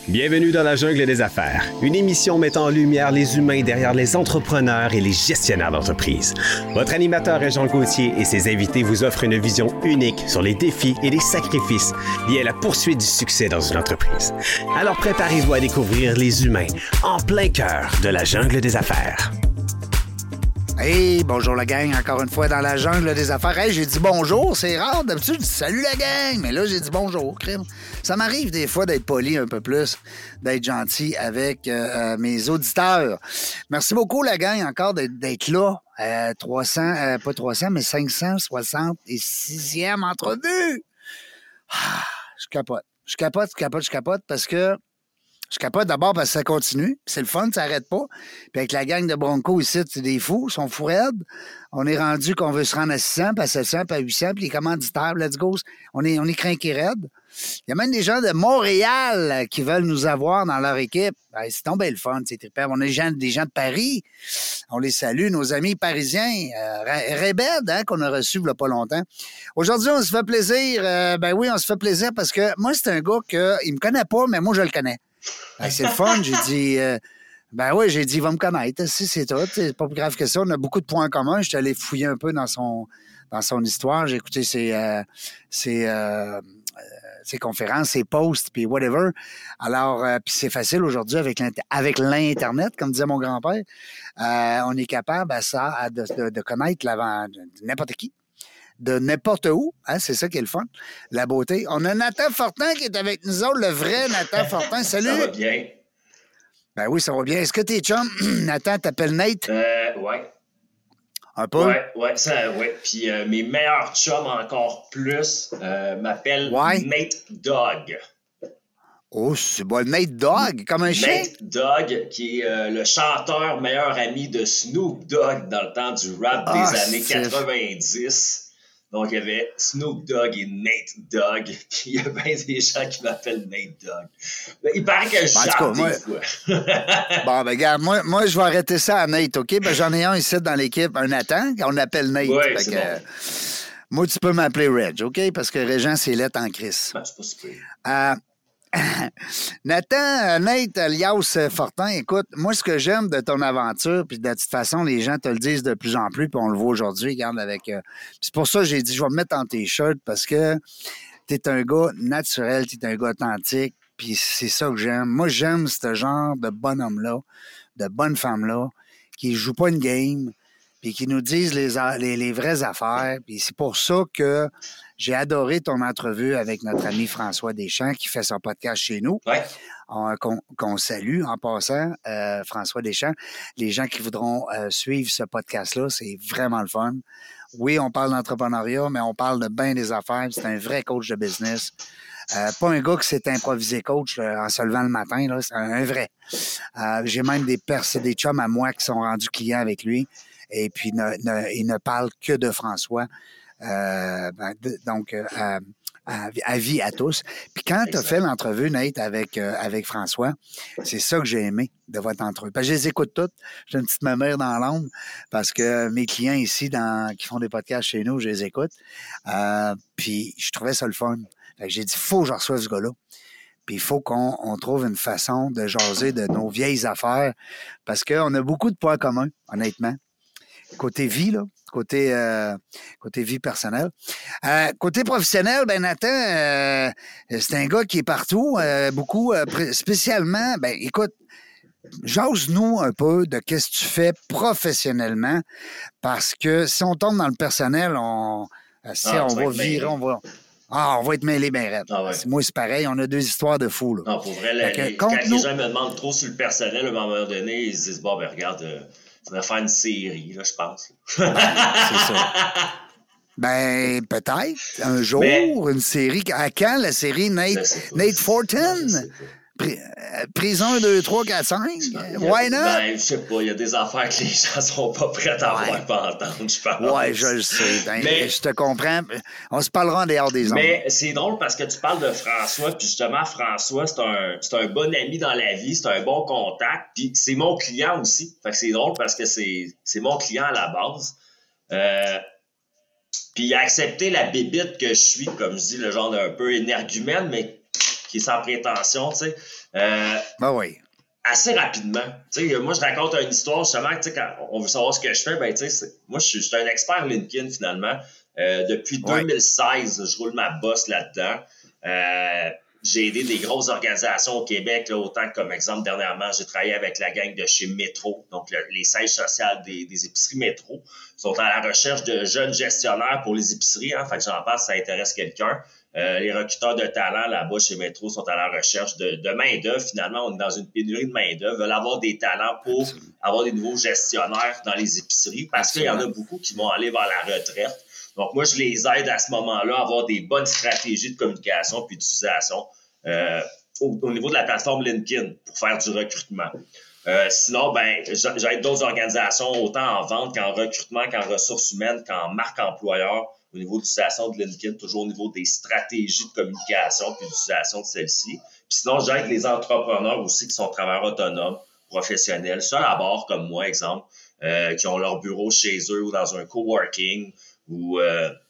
Bienvenue dans la jungle des affaires, une émission mettant en lumière les humains derrière les entrepreneurs et les gestionnaires d'entreprise. Votre animateur est Jean Gauthier et ses invités vous offrent une vision unique sur les défis et les sacrifices liés à la poursuite du succès dans une entreprise. Alors préparez-vous à découvrir les humains en plein cœur de la jungle des affaires. Hey, bonjour la gang, encore une fois dans la jungle des affaires. Hey, j'ai dit bonjour, c'est rare. D'habitude, je dis salut la gang, mais là, j'ai dit bonjour, crime. Ça m'arrive des fois d'être poli un peu plus, d'être gentil avec mes auditeurs. Merci beaucoup la gang encore d'être là. 566e entrevue. Je capote parce que je capote d'abord parce que ça continue. C'est le fun, ça n'arrête pas. Puis avec la gang de Bronco ici, c'est des fous, ils sont fous raides. On est rendu qu'on veut se rendre à 600, puis à 700, puis à 800, puis les commanditaires, let's go. On est crinqués raides. Il y a même des gens de Montréal qui veulent nous avoir dans leur équipe. Ben, c'est tombé le fun, c'est trippant. On a des gens de Paris. On les salue, nos amis parisiens. Rebed, qu'on a reçu il n'y a pas longtemps. Aujourd'hui, on se fait plaisir. On se fait plaisir parce que moi, c'est un gars il me connaît pas, mais moi, je le connais. Ben, c'est le fun. J'ai dit, il va me connaître. C'est tout. C'est pas plus grave que ça. On a beaucoup de points communs. Je suis allé fouiller un peu dans son histoire. J'ai écouté ses conférences, ses posts, puis whatever. Alors, puis c'est facile aujourd'hui avec l'Internet, comme disait mon grand-père. On est capable de connaître n'importe qui. De n'importe où, c'est ça qui est le fun, la beauté. On a Nathan Fortin qui est avec nous autres, le vrai Nathan Fortin. Salut! Ça va bien? Ben oui, ça va bien. Est-ce que t'es chum? Nathan, t'appelles Nate? Ouais. Un peu? Ouais. Puis mes meilleurs chums encore plus m'appellent Nate Dogg. Oh, c'est bon. Nate Dogg, comme un chien? Nate Dogg, qui est le chanteur meilleur ami de Snoop Dogg dans le temps du rap des années 90. Donc, il y avait Snoop Dogg et Nate Dogg. Puis, il y a bien des gens qui m'appellent Nate Dogg. Mais il paraît que je chante des fois. Bon, ben, regarde, moi, je vais arrêter ça à Nate, OK? Ben, j'en ai un ici dans l'équipe, un Nathan, qu'on appelle Nate. Oui, c'est bon. Moi, tu peux m'appeler Reg, OK? Parce que Régent, c'est lettre en crise. Ben, c'est pas super. Nate alias Fortin, écoute, moi, ce que j'aime de ton aventure, puis de toute façon, les gens te le disent de plus en plus, puis on le voit aujourd'hui, regarde, c'est pour ça que j'ai dit, je vais me mettre en t-shirt, parce que t'es un gars naturel, t'es un gars authentique, puis c'est ça que j'aime. Moi, j'aime ce genre de bonhomme-là, de bonne femme-là, qui joue pas une game, puis qui nous disent les vraies affaires, puis c'est pour ça que j'ai adoré ton entrevue avec notre ami François Deschamps qui fait son podcast chez nous. Ouais. Qu'on salue en passant, François Deschamps. Les gens qui voudront suivre ce podcast-là, c'est vraiment le fun. Oui, on parle d'entrepreneuriat, mais on parle de bien des affaires. C'est un vrai coach de business. Pas un gars qui s'est improvisé coach en se levant le matin. Là, c'est un vrai. J'ai même des chums à moi qui sont rendus clients avec lui. Et puis, il ne parle que de François. Avis à tous. Puis quand tu as fait l'entrevue, Nate, avec François, c'est ça que j'ai aimé de votre entrevue. Parce que je les écoute toutes. J'ai une petite mémoire dans l'ombre parce que mes clients ici qui font des podcasts chez nous, je les écoute. Puis je trouvais ça le fun. Fait que j'ai dit, faut que je reçoive ce gars-là. Puis il faut qu'on trouve une façon de jaser de nos vieilles affaires parce qu'on a beaucoup de points communs, honnêtement. Côté vie, là. Côté vie personnelle. Côté professionnel, ben Nathan, c'est un gars qui est partout, beaucoup, spécialement, écoute, jase-nous un peu de qu'est-ce que tu fais professionnellement, parce que si on tombe dans le personnel, on va virer, on va être mêlés bien raide. Ah ouais. Moi, c'est pareil, on a deux histoires de fous, là. Non, pour vrai, quand les gens me demandent trop sur le personnel, à un moment donné, ils se disent, regarde... On va faire une série, là, je pense. C'est ça. Peut-être, un jour, une série. À quand la série Nate Fortin? Prison 1, 2, 3, 4, 5? Why not? Je sais pas, il y a des affaires que les gens sont pas prêts à voir pas entendre, je pense. Ouais, je le sais. Je te comprends. On se parlera en dehors des ondes. Mais c'est drôle parce que tu parles de François, puis justement, François, c'est un bon ami dans la vie, c'est un bon contact, puis c'est mon client aussi. Fait que c'est drôle parce que c'est mon client à la base. Puis il a accepté la bébite que je suis, comme je dis, le genre d'un peu énergumène, mais qui est sans prétention, tu sais. Ben oui. Assez rapidement. Tu sais, moi, je raconte une histoire, justement, tu sais, quand on veut savoir ce que je fais, ben, tu sais, moi, je suis un expert LinkedIn, finalement. Depuis 2016, je roule ma bosse là-dedans. J'ai aidé des grosses organisations au Québec, là, autant que, comme exemple, dernièrement, j'ai travaillé avec la gang de chez Métro, donc les sièges sociales des épiceries Métro sont à la recherche de jeunes gestionnaires pour les épiceries, hein, fait que j'en passe, ça intéresse quelqu'un. Les recruteurs de talent là-bas chez Métro sont à la recherche de main-d'œuvre. Finalement, on est dans une pénurie de main-d'œuvre, veulent avoir des talents pour avoir des nouveaux gestionnaires dans les épiceries parce qu'il y en a beaucoup qui vont aller vers la retraite. Donc, moi, je les aide à ce moment-là à avoir des bonnes stratégies de communication puis d'utilisation au niveau de la plateforme LinkedIn pour faire du recrutement. Sinon, ben, j'aide d'autres organisations autant en vente qu'en recrutement, qu'en ressources humaines, qu'en marque employeur au niveau de l'utilisation de LinkedIn, toujours au niveau des stratégies de communication puis d'utilisation de celle-ci. Puis sinon, j'aide les entrepreneurs aussi qui sont travailleurs autonomes, professionnels, seuls à bord comme moi, exemple, qui ont leur bureau chez eux ou dans un coworking ou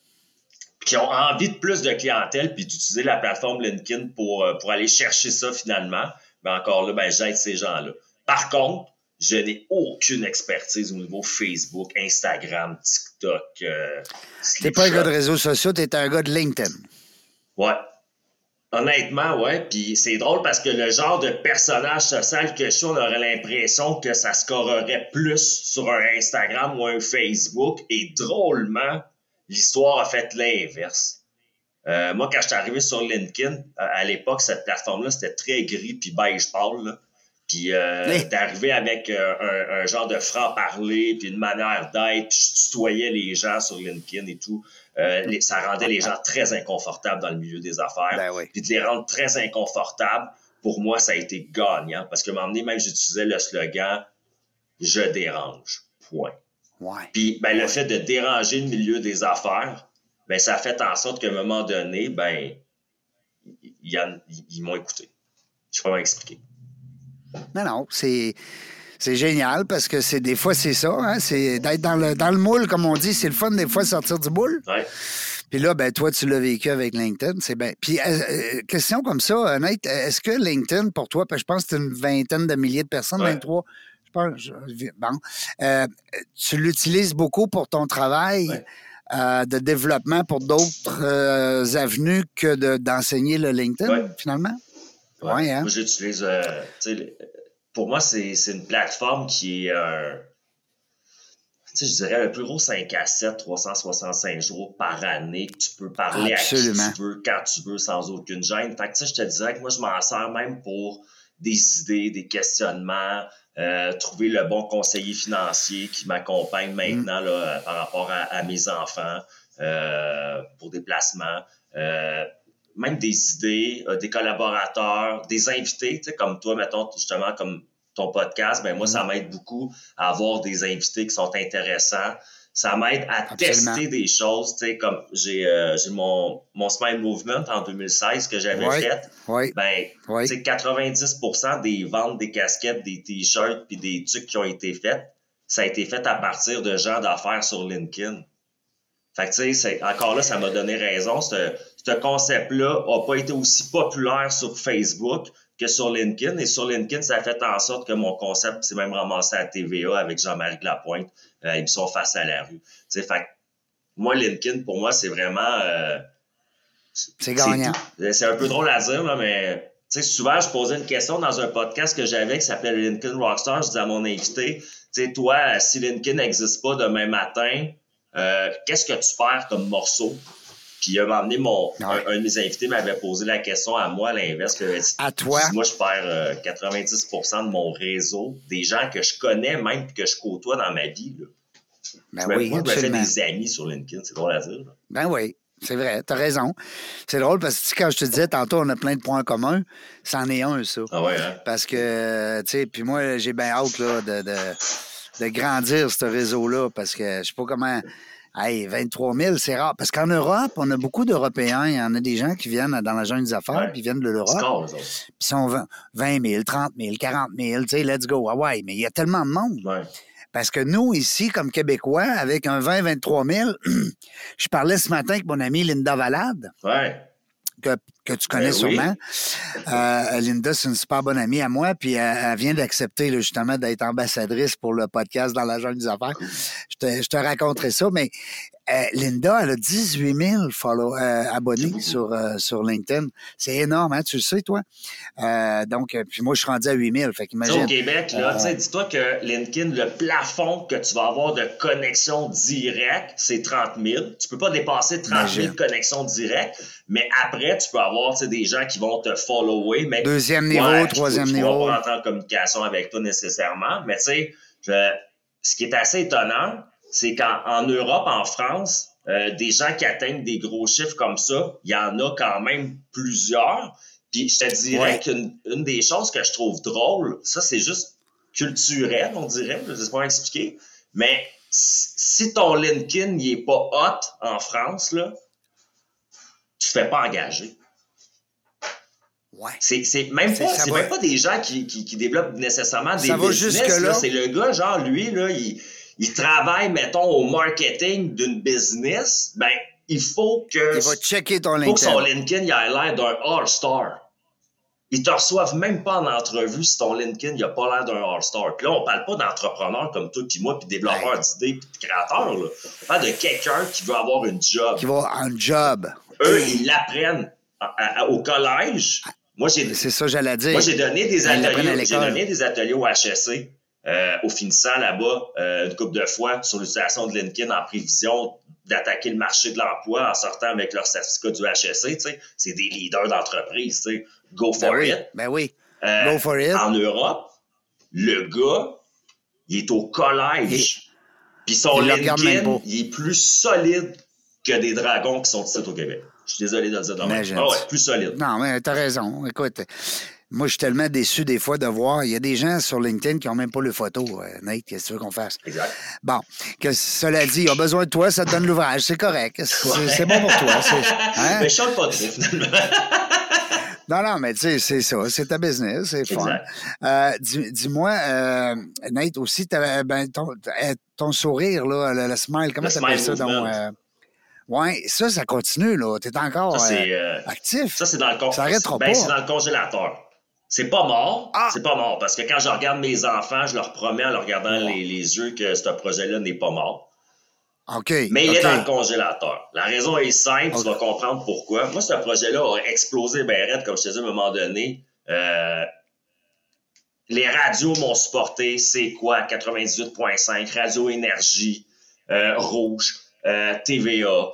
qui ont envie de plus de clientèle puis d'utiliser la plateforme LinkedIn pour aller chercher ça finalement. Ben encore là, ben j'aide ces gens-là. Par contre, je n'ai aucune expertise au niveau Facebook, Instagram, TikTok. T'es pas un gars de réseaux sociaux, t'es un gars de LinkedIn. Ouais. Honnêtement, ouais. Puis c'est drôle parce que le genre de personnage social que je suis, on aurait l'impression que ça scorerait plus sur un Instagram ou un Facebook. Et drôlement, l'histoire a fait l'inverse. Moi, quand je suis arrivé sur LinkedIn, à l'époque, cette plateforme-là, c'était très gris puis beige pâle, là. Puis d'arriver avec un genre de franc-parler, puis une manière d'être, puis je tutoyais les gens sur LinkedIn et tout. Ça rendait les gens très inconfortables dans le milieu des affaires. Ben oui. Puis de les rendre très inconfortables, pour moi, ça a été gagnant. Parce que à un moment donné, même, j'utilisais le slogan « Je dérange ». Point. Ouais. Puis le fait de déranger le milieu des affaires, ben ça a fait en sorte qu'à un moment donné, ben ils m'ont écouté. Je peux m'expliquer. Non, c'est génial parce que des fois, c'est ça. Hein? C'est d'être dans le moule, comme on dit. C'est le fun, des fois, de sortir du moule. Ouais. Puis là, ben toi, tu l'as vécu avec LinkedIn. C'est bien. Puis, question comme ça, Nate, est-ce que LinkedIn, pour toi, je pense que c'est une vingtaine de milliers de personnes, 23, je pense. Bon. Tu l'utilises beaucoup pour ton travail de développement pour d'autres avenues que d'enseigner le LinkedIn, finalement? Ouais, hein? Moi, j'utilise... pour moi, c'est une plateforme qui est... je dirais le plus gros 5 à 7, 365 jours par année que tu peux parler Absolument. à qui tu veux, quand tu veux, sans aucune gêne. Fait que je te disais que moi, je m'en sers même pour des idées, des questionnements, trouver le bon conseiller financier qui m'accompagne maintenant là, par rapport à mes enfants pour des placements. Même des idées, des collaborateurs, des invités, comme toi, mettons, justement, comme ton podcast, ben moi, ça m'aide beaucoup à avoir des invités qui sont intéressants. Ça m'aide à tester des choses, tu sais, comme j'ai mon Smile Movement en 2016 que j'avais fait. Ben, tu sais, 90% des ventes des casquettes, des t-shirts puis des trucs qui ont été faits, ça a été fait à partir de gens d'affaires sur LinkedIn. Fait que, tu sais, encore là, ça m'a donné raison. Ce concept-là n'a pas été aussi populaire sur Facebook que sur LinkedIn. Et sur LinkedIn, ça a fait en sorte que mon concept s'est même ramassé à TVA avec Jean-Marie Lapointe, émission Face à la rue. Tu sais, fait que moi, LinkedIn, pour moi, c'est vraiment... c'est gagnant. C'est un peu drôle à dire, là, mais... Tu sais, souvent, je posais une question dans un podcast que j'avais qui s'appelait LinkedIn Rockstar. Je disais à mon invité, tu sais, toi, si LinkedIn n'existe pas demain matin... qu'est-ce que tu perds comme morceau? Puis il m'a amené un de mes invités m'avait posé la question à moi, à l'inverse. À toi? Moi, je perds 90% de mon réseau, des gens que je connais même que je côtoie dans ma vie. Là. Ben moi, je me fais des amis sur LinkedIn, c'est drôle à dire. Là. Ben oui, c'est vrai, t'as raison. C'est drôle parce que quand je te disais tantôt, on a plein de points communs, c'en est un, ça. Ah ouais, hein? Parce que, tu sais, puis moi, j'ai bien hâte là, de grandir ce réseau-là parce que je sais pas comment... Hey, 23 000, c'est rare. Parce qu'en Europe, on a beaucoup d'Européens. Il y en a des gens qui viennent dans la jungle des affaires, puis viennent de l'Europe. Puis ils sont 20 000, 30 000, 40 000, tu sais, let's go. Ah ouais, mais il y a tellement de monde. Ouais. Parce que nous, ici, comme Québécois, avec un 20, 23 000, je parlais ce matin avec mon amie Linda Valade. Ouais. que tu connais sûrement. Linda, c'est une super bonne amie à moi, puis elle vient d'accepter là, justement d'être ambassadrice pour le podcast Dans la jungle des affaires. Je te raconterai ça, mais Linda, elle a 18 000 abonnés sur LinkedIn. C'est énorme, hein? Tu le sais, toi? Donc, puis moi, je suis rendu à 8 000. Fait qu'imagine. Au Québec, là, dis-toi que LinkedIn, le plafond que tu vas avoir de connexion directe, c'est 30 000. Tu peux pas dépasser 30 000 connexions directes, mais après, tu peux avoir des gens qui vont te follower. Mais, deuxième niveau, troisième niveau. Je ne vais pas rentrer en communication avec toi nécessairement, mais tu sais, ce qui est assez étonnant, c'est qu'en Europe, en France, des gens qui atteignent des gros chiffres comme ça, il y en a quand même plusieurs. Puis je te dirais qu'une des choses que je trouve drôle, ça c'est juste culturel, on dirait, je ne sais pas expliquer, mais si ton LinkedIn n'est pas hot en France, là, tu ne te fais pas engager. Ouais. C'est même pas des gens qui développent nécessairement des business. Là. C'est le gars, genre, lui, là, il travaille, mettons, au marketing d'une business, ben, il faut que... Il va checker ton LinkedIn. Il faut que son LinkedIn il ait l'air d'un All-Star. Ils te reçoivent même pas en entrevue si ton LinkedIn il a pas l'air d'un All-Star. Puis là, on parle pas d'entrepreneurs comme toi puis moi, puis développeurs d'idées, puis de créateurs. Là. On parle de quelqu'un qui veut avoir une job. Qui va un job. Eux, ils l'apprennent au collège. Moi, c'est ça, j'allais dire. Moi, j'ai donné des ateliers au HSC. Au finissant là-bas, une couple de fois sur l'utilisation de LinkedIn en prévision d'attaquer le marché de l'emploi en sortant avec leur certificat du HSC. C'est des leaders d'entreprise. Go for it. Ben oui. Go for it. En Europe, le gars, il est au collège. Puis son LinkedIn, il est plus solide que des dragons qui sont ici au Québec. Je suis désolé de le dire de même. Ah ouais, plus solide. Non, mais t'as raison. Écoute, moi, je suis tellement déçu des fois de voir. Il y a des gens sur LinkedIn qui n'ont même pas le photo, Nate. Qu'est-ce que tu veux qu'on fasse? Exact. Bon, cela dit, il a besoin de toi, ça te donne l'ouvrage. C'est correct. C'est bon pour toi. Hein? Mais je chante pas trop, finalement. Non, mais tu sais, c'est ça. C'est ta business. C'est fun. Dis-moi, Nate, aussi, ton sourire, là, le smile, comment t'appelles ça? Oui, ça continue, là. T'es encore actif. Ça, c'est dans le Ça n'arrêtera pas. C'est dans le congélateur. C'est pas mort. C'est pas mort. Parce que quand je regarde mes enfants, je leur promets en leur regardant les yeux que ce projet-là n'est pas mort. OK. Mais il est dans le congélateur. La raison est simple, tu vas comprendre pourquoi. Moi, ce projet-là a explosé bien raide, comme je te dis à un moment donné. Les radios m'ont supporté. C'est quoi? 98.5, Radio Énergie, Rouge, TVA.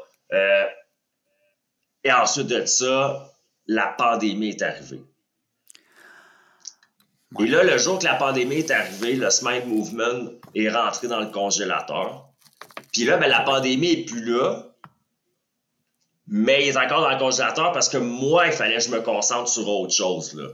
Et ensuite de ça, la pandémie est arrivée. Et là, le jour que la pandémie est arrivée, le Smile Movement est rentré dans le congélateur. Puis là, la pandémie n'est plus là, mais il est encore dans le congélateur parce que moi, il fallait que je me concentre sur autre chose, là.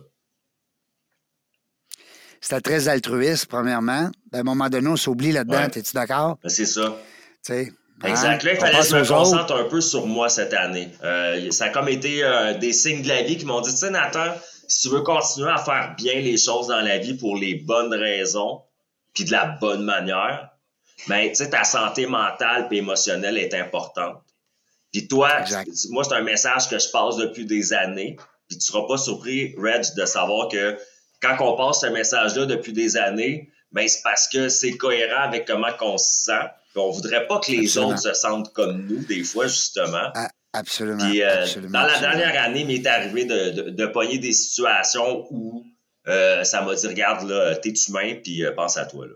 C'était très altruiste, premièrement. À un moment donné, on s'oublie là-dedans. Ouais. Es-tu d'accord? C'est ça. T'sais, exact. Là, il fallait que je me concentre un peu sur moi cette année. Ça a comme été des signes de la vie qui m'ont dit, tu sais, Nathan, si tu veux continuer à faire bien les choses dans la vie pour les bonnes raisons, puis de la bonne manière, ben, tu sais, ta santé mentale et émotionnelle est importante. Puis toi, moi, c'est un message que je passe depuis des années. Puis tu seras pas surpris, Reg, de savoir que quand on passe ce message-là depuis des années, ben, c'est parce que c'est cohérent avec comment on se sent. Puis on voudrait pas que les autres se sentent comme nous, des fois, justement. Absolument. Puis, dans la dernière année, il m'est arrivé de pogner des situations où ça m'a dit, regarde, là, t'es humain, puis pense à toi, là.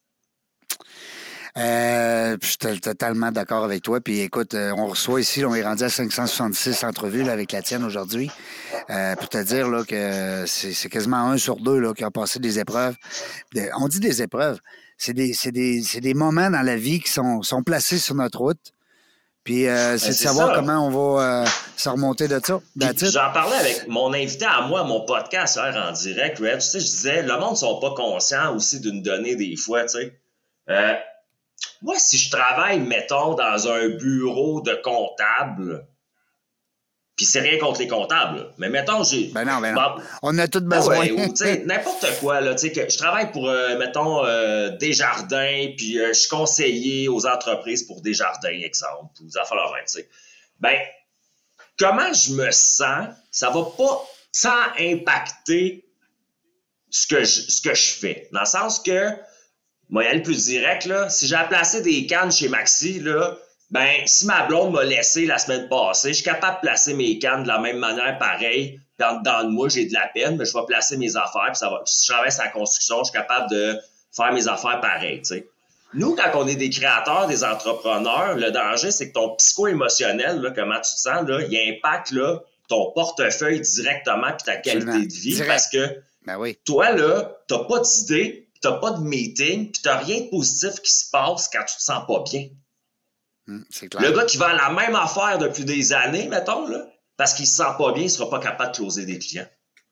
Je suis totalement d'accord avec toi. Puis écoute, on reçoit ici, on est rendu à 566 entrevues là, avec la tienne aujourd'hui. Pour te dire là, que c'est quasiment 1 sur 2 là, qui a passé des épreuves. On dit des épreuves. C'est des moments dans la vie qui sont placés sur notre route. Puis c'est de savoir comment on va se remonter de ça. J'en parlais avec mon invité à moi, à mon podcast hier en direct, Red. Tu sais, je disais, le monde ne sont pas conscients aussi d'une donnée des fois, tu sais. Moi, si je travaille, mettons, dans un bureau de comptable, puis c'est rien contre les comptables, mais mettons, j'ai... Ben non. On a tout besoin. Ouais, ou, tu sais, n'importe quoi, là, tu sais, que je travaille pour, mettons, Desjardins, puis je suis conseiller aux entreprises pour Desjardins, exemple, ou des affaires là même, tu sais. Ben, comment je me sens, ça va pas tant impacter ce que je fais. Dans le sens que, moi, y aller plus direct, là, si j'ai placé des cannes chez Maxi, là, ben, si ma blonde m'a laissé la semaine passée, je suis capable de placer mes cannes de la même manière, pareil. Puis en dedans de moi, j'ai de la peine, mais je vais placer mes affaires, puis ça va. Si je travaille sur la construction, je suis capable de faire mes affaires pareil, tu sais. Nous, quand on est des créateurs, des entrepreneurs, le danger, c'est que ton psycho-émotionnel, là, comment tu te sens, là, il impacte là, ton portefeuille directement puis ta qualité de vie. Direct. Parce que oui. Toi, là, t'as pas d'idée, t'as pas de meeting, puis t'as rien de positif qui se passe quand tu te sens pas bien. C'est clair. Le gars qui vend la même affaire depuis des années, mettons, là, parce qu'il se sent pas bien, il sera pas capable de closer des clients.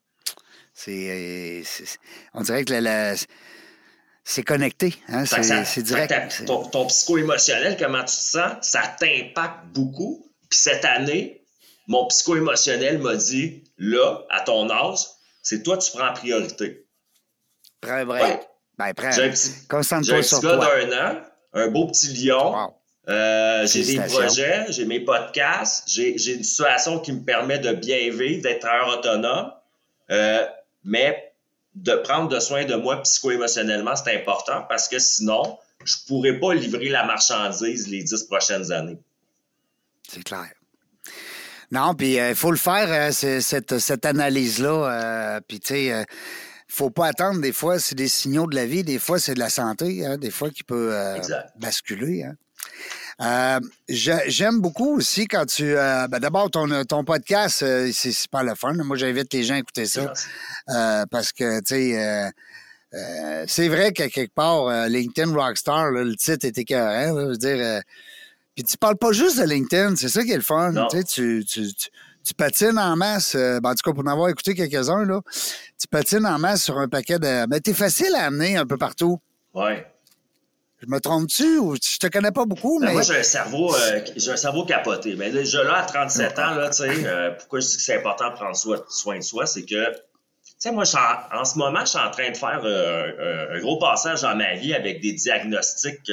On dirait que c'est connecté. Hein? C'est direct. Ton psycho-émotionnel, comment tu te sens, ça t'impacte beaucoup. Puis cette année, mon psycho-émotionnel m'a dit, là, à ton âge, c'est toi tu prends en priorité. Prends un break. Ouais. Ben, prends. J'ai un petit Concentre-toi sur gars toi. d'1 an, un beau petit lion. Wow. J'ai des projets, j'ai mes podcasts, j'ai une situation qui me permet de bien vivre, d'être travailleur autonome. Mais de prendre soin de moi psycho-émotionnellement, c'est important parce que sinon, je ne pourrais pas livrer la marchandise les 10 prochaines années. C'est clair. Non, puis il faut le faire, cette analyse-là. Puis, tu sais, faut pas attendre. Des fois, c'est des signaux de la vie. Des fois, c'est de la santé. Hein, des fois, qui peut basculer. Hein. J'aime beaucoup aussi quand tu... d'abord, ton podcast, c'est super le fun. Moi, j'invite les gens à écouter ça. Parce que, tu sais... c'est vrai qu'à quelque part, LinkedIn Rockstar, là, le titre est écœurant. Là, je veux dire... Puis tu parles pas juste de LinkedIn, c'est ça qui est le fun. Tu sais, tu patines en masse. En tout cas, pour en avoir écouté quelques-uns, là, tu patines en masse sur un paquet de... Mais t'es facile à amener un peu partout. Oui. Je me trompe-tu ou je te connais pas beaucoup, mais... Moi, j'ai un cerveau capoté. Mais déjà là, à 37 ans, là, tu sais, pourquoi je dis que c'est important de prendre soin de soi, c'est que, tu sais, moi, en ce moment, je suis en train de faire un gros passage dans ma vie avec des diagnostics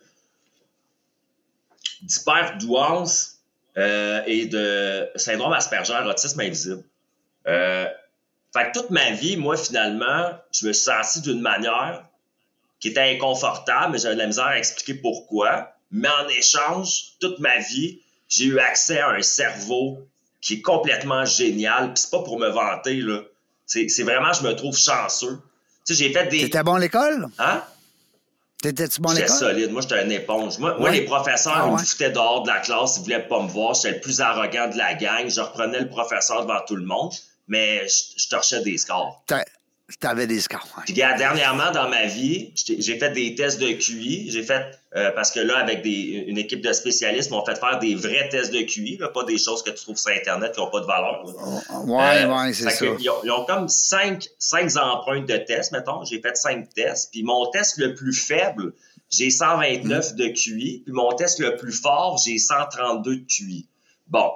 d'hyperdouance et de syndrome Asperger, autisme invisible. Fait que toute ma vie, moi, finalement, je me suis senti d'une manière qui était inconfortable, mais j'avais de la misère à expliquer pourquoi. Mais en échange, toute ma vie, j'ai eu accès à un cerveau qui est complètement génial. Puis c'est pas pour me vanter, là. C'est vraiment, je me trouve chanceux. Tu sais, j'ai fait des... T'étais bon à l'école? Hein? T'étais-tu bon à l'école? J'étais solide. Moi, j'étais une éponge. Moi, les professeurs, ils me foutaient dehors de la classe. Ils voulaient pas me voir. J'étais le plus arrogant de la gang. Je reprenais le professeur devant tout le monde. Mais je torchais des scores. T'avais des scores. Ouais. Puis, dernièrement, dans ma vie, j'ai fait des tests de QI. J'ai fait, parce que là, avec une équipe de spécialistes, m'ont fait faire des vrais tests de QI, là, pas des choses que tu trouves sur Internet qui n'ont pas de valeur. Oui, c'est ça. Ils ont comme 5 empreintes de tests, mettons. J'ai fait 5 tests. Puis mon test le plus faible, j'ai 129 de QI. Puis mon test le plus fort, j'ai 132 de QI. Bon.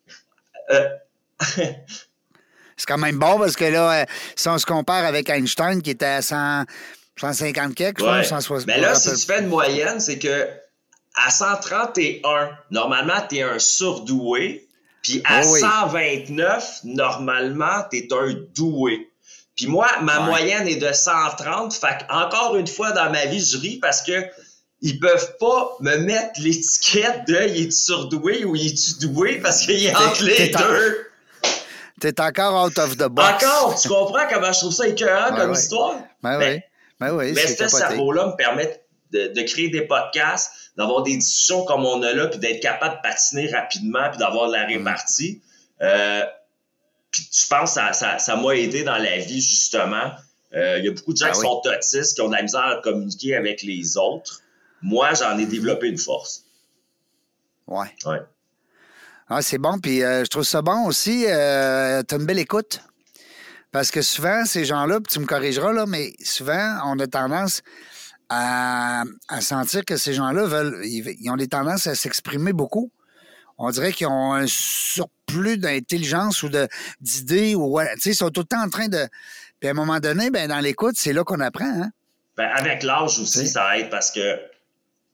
C'est quand même bon parce que là, si on se compare avec Einstein qui était à 150 quelque, ouais. 160. Mais là, si tu fais une moyenne, c'est que à 131, normalement, tu es un surdoué. Puis à 129, normalement, tu es un doué. Puis moi, ma moyenne est de 130. Fait encore une fois, dans ma vie, je ris parce que ils peuvent pas me mettre l'étiquette de il est surdoué ou il est doué parce qu'il est entre les deux. T'es encore out of the box. Encore? Tu comprends comment je trouve ça écœurant comme histoire? Oui. Mais ce cerveau-là me permet de créer des podcasts, d'avoir des discussions comme on a là, puis d'être capable de patiner rapidement, puis d'avoir de la répartie. Puis je pense que ça m'a aidé dans la vie, justement. Il y a beaucoup de gens qui sont autistes, qui ont de la misère à communiquer avec les autres. Moi, j'en ai développé une force. Ouais. Ah, c'est bon. Puis je trouve ça bon aussi. Tu as une belle écoute. Parce que souvent, ces gens-là, puis tu me corrigeras, là, mais souvent, on a tendance à sentir que ces gens-là ils ont des tendances à s'exprimer beaucoup. On dirait qu'ils ont un surplus d'intelligence ou d'idées. Tu sais, ils sont tout le temps en train de... Puis à un moment donné, ben dans l'écoute, c'est là qu'on apprend. Hein? Ben, avec l'âge aussi, ça aide parce que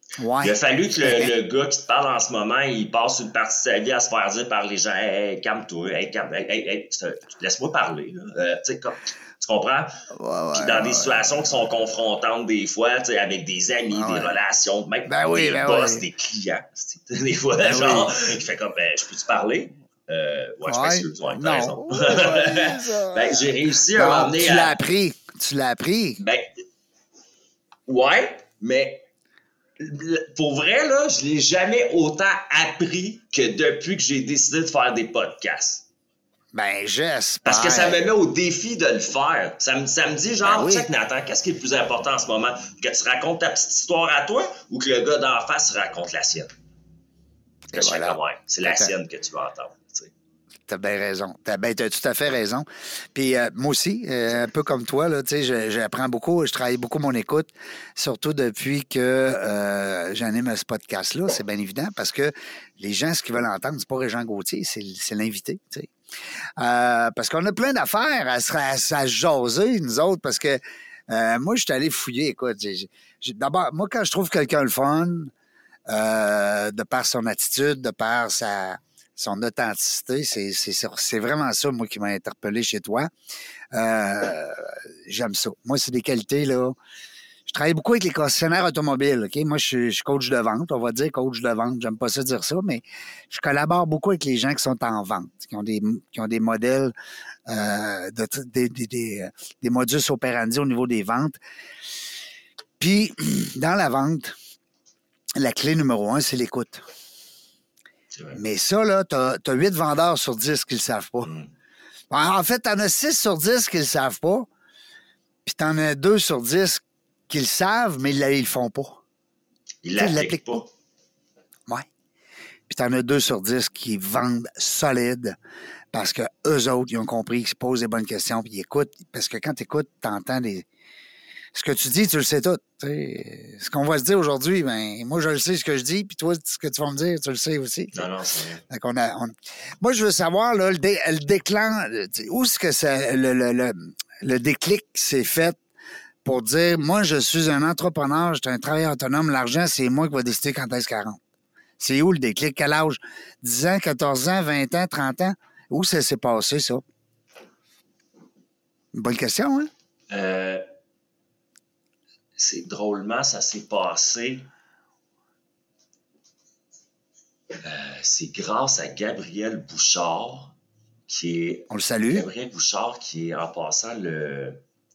Ouais. Il a fallu que le gars qui te parle en ce moment, il passe une partie de sa vie à se faire dire par les gens, hey, calme-toi, laisse-moi parler. Tu comprends? Ouais, puis dans des situations qui sont confrontantes des fois, avec des amis, des relations, même des boss, des clients. Des fois, il fait comme, je peux-tu parler? Je m'excuse, t'as raison. J'ai réussi à m'emmener Tu l'as appris. Ouais, mais pour vrai, là, je l'ai jamais autant appris que depuis que j'ai décidé de faire des podcasts. J'espère. Parce que ça me met au défi de le faire. Ça me dit genre, check Nathan, qu'est-ce qui est le plus important en ce moment? Que tu racontes ta petite histoire à toi ou que le gars d'en face raconte la sienne? C'est la sienne que tu vas entendre. T'as bien raison. T'as tout à fait raison. Puis moi aussi, un peu comme toi, là, j'apprends beaucoup, je travaille beaucoup mon écoute, surtout depuis que j'anime ce podcast-là, c'est bien évident, parce que les gens, ce qu'ils veulent entendre, c'est pas Régent Gauthier, c'est l'invité, tu sais. Parce qu'on a plein d'affaires à se jaser, nous autres, parce que moi, je suis allé fouiller, écoute. D'abord, moi, quand je trouve quelqu'un le fun, de par son attitude, de par son authenticité, c'est vraiment ça, moi, qui m'a interpellé chez toi. J'aime ça. Moi, c'est des qualités, là. Je travaille beaucoup avec les concessionnaires automobiles, OK? Moi, je suis coach de vente, on va dire coach de vente. J'aime pas ça dire ça, mais je collabore beaucoup avec les gens qui sont en vente, qui ont des modèles, des modus operandi au niveau des ventes. Puis, dans la vente, la clé numéro 1, c'est l'écoute. Mais ça, là, t'as 8 vendeurs sur 10 qui le savent pas. En fait, t'en as 6 sur 10 qui le savent pas, puis t'en as 2 sur 10 qui le savent, mais ils le font pas. Ils l'appliquent pas. Oui. Puis t'en as 2 sur 10 qui vendent solide parce que eux autres, ils ont compris qu'ils se posent des bonnes questions puis ils écoutent. Parce que quand tu écoutes, t'entends ce que tu dis, tu le sais tout. T'sais. Ce qu'on va se dire aujourd'hui, moi, je le sais ce que je dis, puis toi, ce que tu vas me dire, tu le sais aussi. Non, c'est vrai. Donc Moi, je veux savoir, là, le déclenche, où est-ce que le déclic s'est fait pour dire, moi, je suis un entrepreneur, je suis un travailleur autonome, l'argent, c'est moi qui va décider quand est-ce qu'il rentre. C'est où le déclic? Quel âge? 10 ans, 14 ans, 20 ans, 30 ans? Où ça s'est passé, ça? Une bonne question, hein? C'est drôlement, ça s'est passé. C'est grâce à Gabriel Bouchard, qui est... On le salue. Gabriel Bouchard, qui est en passant le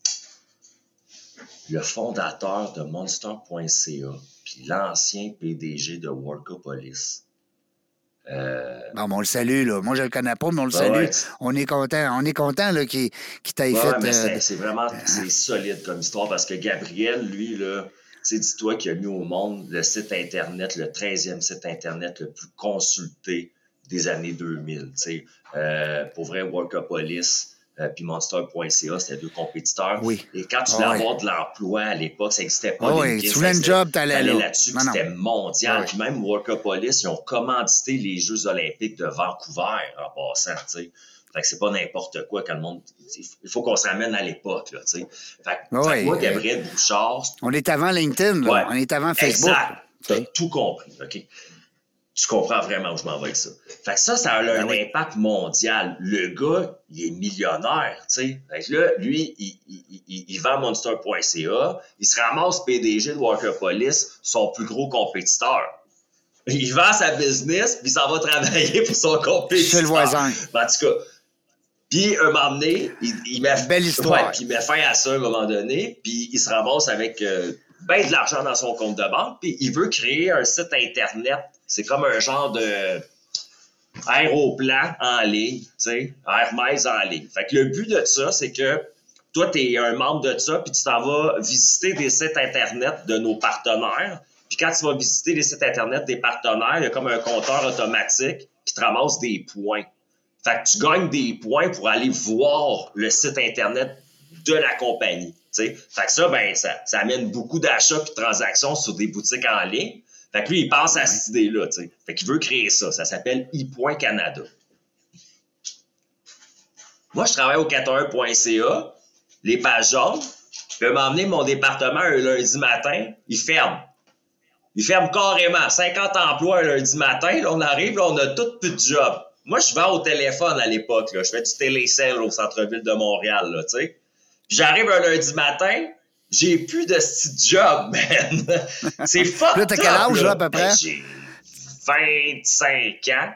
fondateur de Monster.ca, puis l'ancien PDG de Workopolis. On le salue, là. Moi, je le connais pas, mais on le salue. Ouais. On est content là, qu'il t'aille fait... Mais c'est vraiment c'est solide comme histoire, parce que Gabriel, lui, là, dis-toi qu'il a mis au monde le site Internet, le 13e site Internet le plus consulté des années 2000. Pour vrai, Workopolis puis Monster.ca, c'était 2 compétiteurs. Oui. Et quand tu voulais avoir de l'emploi à l'époque, ça n'existait pas. Tu voulais un job, t'allais là-dessus, c'était mondial. Oui. Puis même Workopolis, ils ont commandité les Jeux olympiques de Vancouver en passant, Fait que c'est pas n'importe quoi quand le monde... Il faut qu'on se ramène à l'époque, là, Fait que moi, Gabriel Bouchard... On est avant LinkedIn, là. On est avant Facebook. Exact. Tu as tout compris, OK? Tu comprends vraiment où je m'en vais avec ça. Fait que ça a un impact mondial. Le gars, il est millionnaire, Fait que là, lui, il vend Monster.ca, il se ramasse PDG de Workopolis, son plus gros compétiteur. Il vend sa business, puis il s'en va travailler pour son compétiteur. C'est le voisin. En tout cas. Puis, un moment donné, il met... Belle histoire. Ouais, puis il met fin à ça, un moment donné, puis il se ramasse avec ben de l'argent dans son compte de banque, puis il veut créer un site Internet. C'est comme un genre de aéroplan en ligne, Hermès en ligne. Fait que le but de ça, c'est que toi, tu es un membre de ça, puis tu t'en vas visiter des sites Internet de nos partenaires. Puis quand tu vas visiter les sites Internet des partenaires, il y a comme un compteur automatique qui te ramasse des points. Fait que tu gagnes des points pour aller voir le site Internet de la compagnie. Fait que ça amène beaucoup d'achats et de transactions sur des boutiques en ligne. Fait que lui, il pense à cette idée-là. Fait qu'il veut créer ça. Ça s'appelle ePoint Canada. Moi, je travaille au 41.ca, les pages jaunes. Je peux m'emmener mon département un lundi matin, il ferme. Ils ferment carrément. 50 emplois un lundi matin. Là, on arrive, là, on a tout plus de job. Moi, je vends au téléphone à l'époque. Là. Je fais du télésale au centre-ville de Montréal. Là, t'sais. Puis j'arrive un lundi matin, j'ai plus de petit job, man. C'est fucked là, t'as quel âge, là, à peu près? Ben, j'ai 25 ans.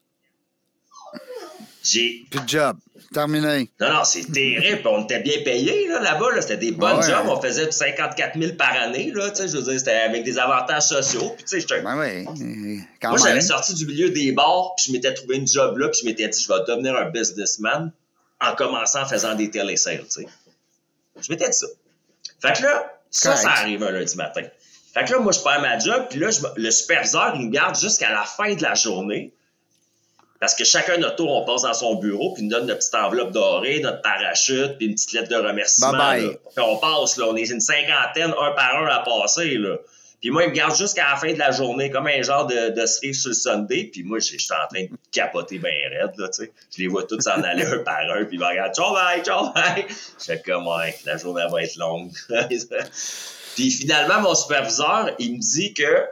J'ai... Plus de job. Terminé. Non, c'est terrible. On était bien payés là-bas. Là. C'était des bonnes jobs. On faisait 54 000 par année. Là, je veux dire, c'était avec des avantages sociaux. Puis, moi, j'avais sorti du milieu des bars, puis je m'étais trouvé une job là, puis je m'étais dit, je vais devenir un businessman en commençant en faisant des télésales. Je m'étais dit ça. Fait que là, ça arrive un lundi matin. Fait que là, moi, je perds ma job, puis là, le superviseur, il me garde jusqu'à la fin de la journée. Parce que chacun notre tour, on passe dans son bureau, puis il nous donne notre petite enveloppe dorée, notre parachute, puis une petite lettre de remerciement. Bye-bye. Là. Puis on passe, là, on est une cinquantaine, un par un à passer. Là. Puis moi, il me garde jusqu'à la fin de la journée, comme un genre de cerise sur le Sunday. Puis moi, je suis en train de capoter bien raide. Là, tu sais. Je les vois tous s'en aller un par un, puis ils me regardent « Ciao, bye, ciao, bye! » Je fais comme « Ouais, la journée va être longue. » Puis finalement, mon superviseur, il me dit que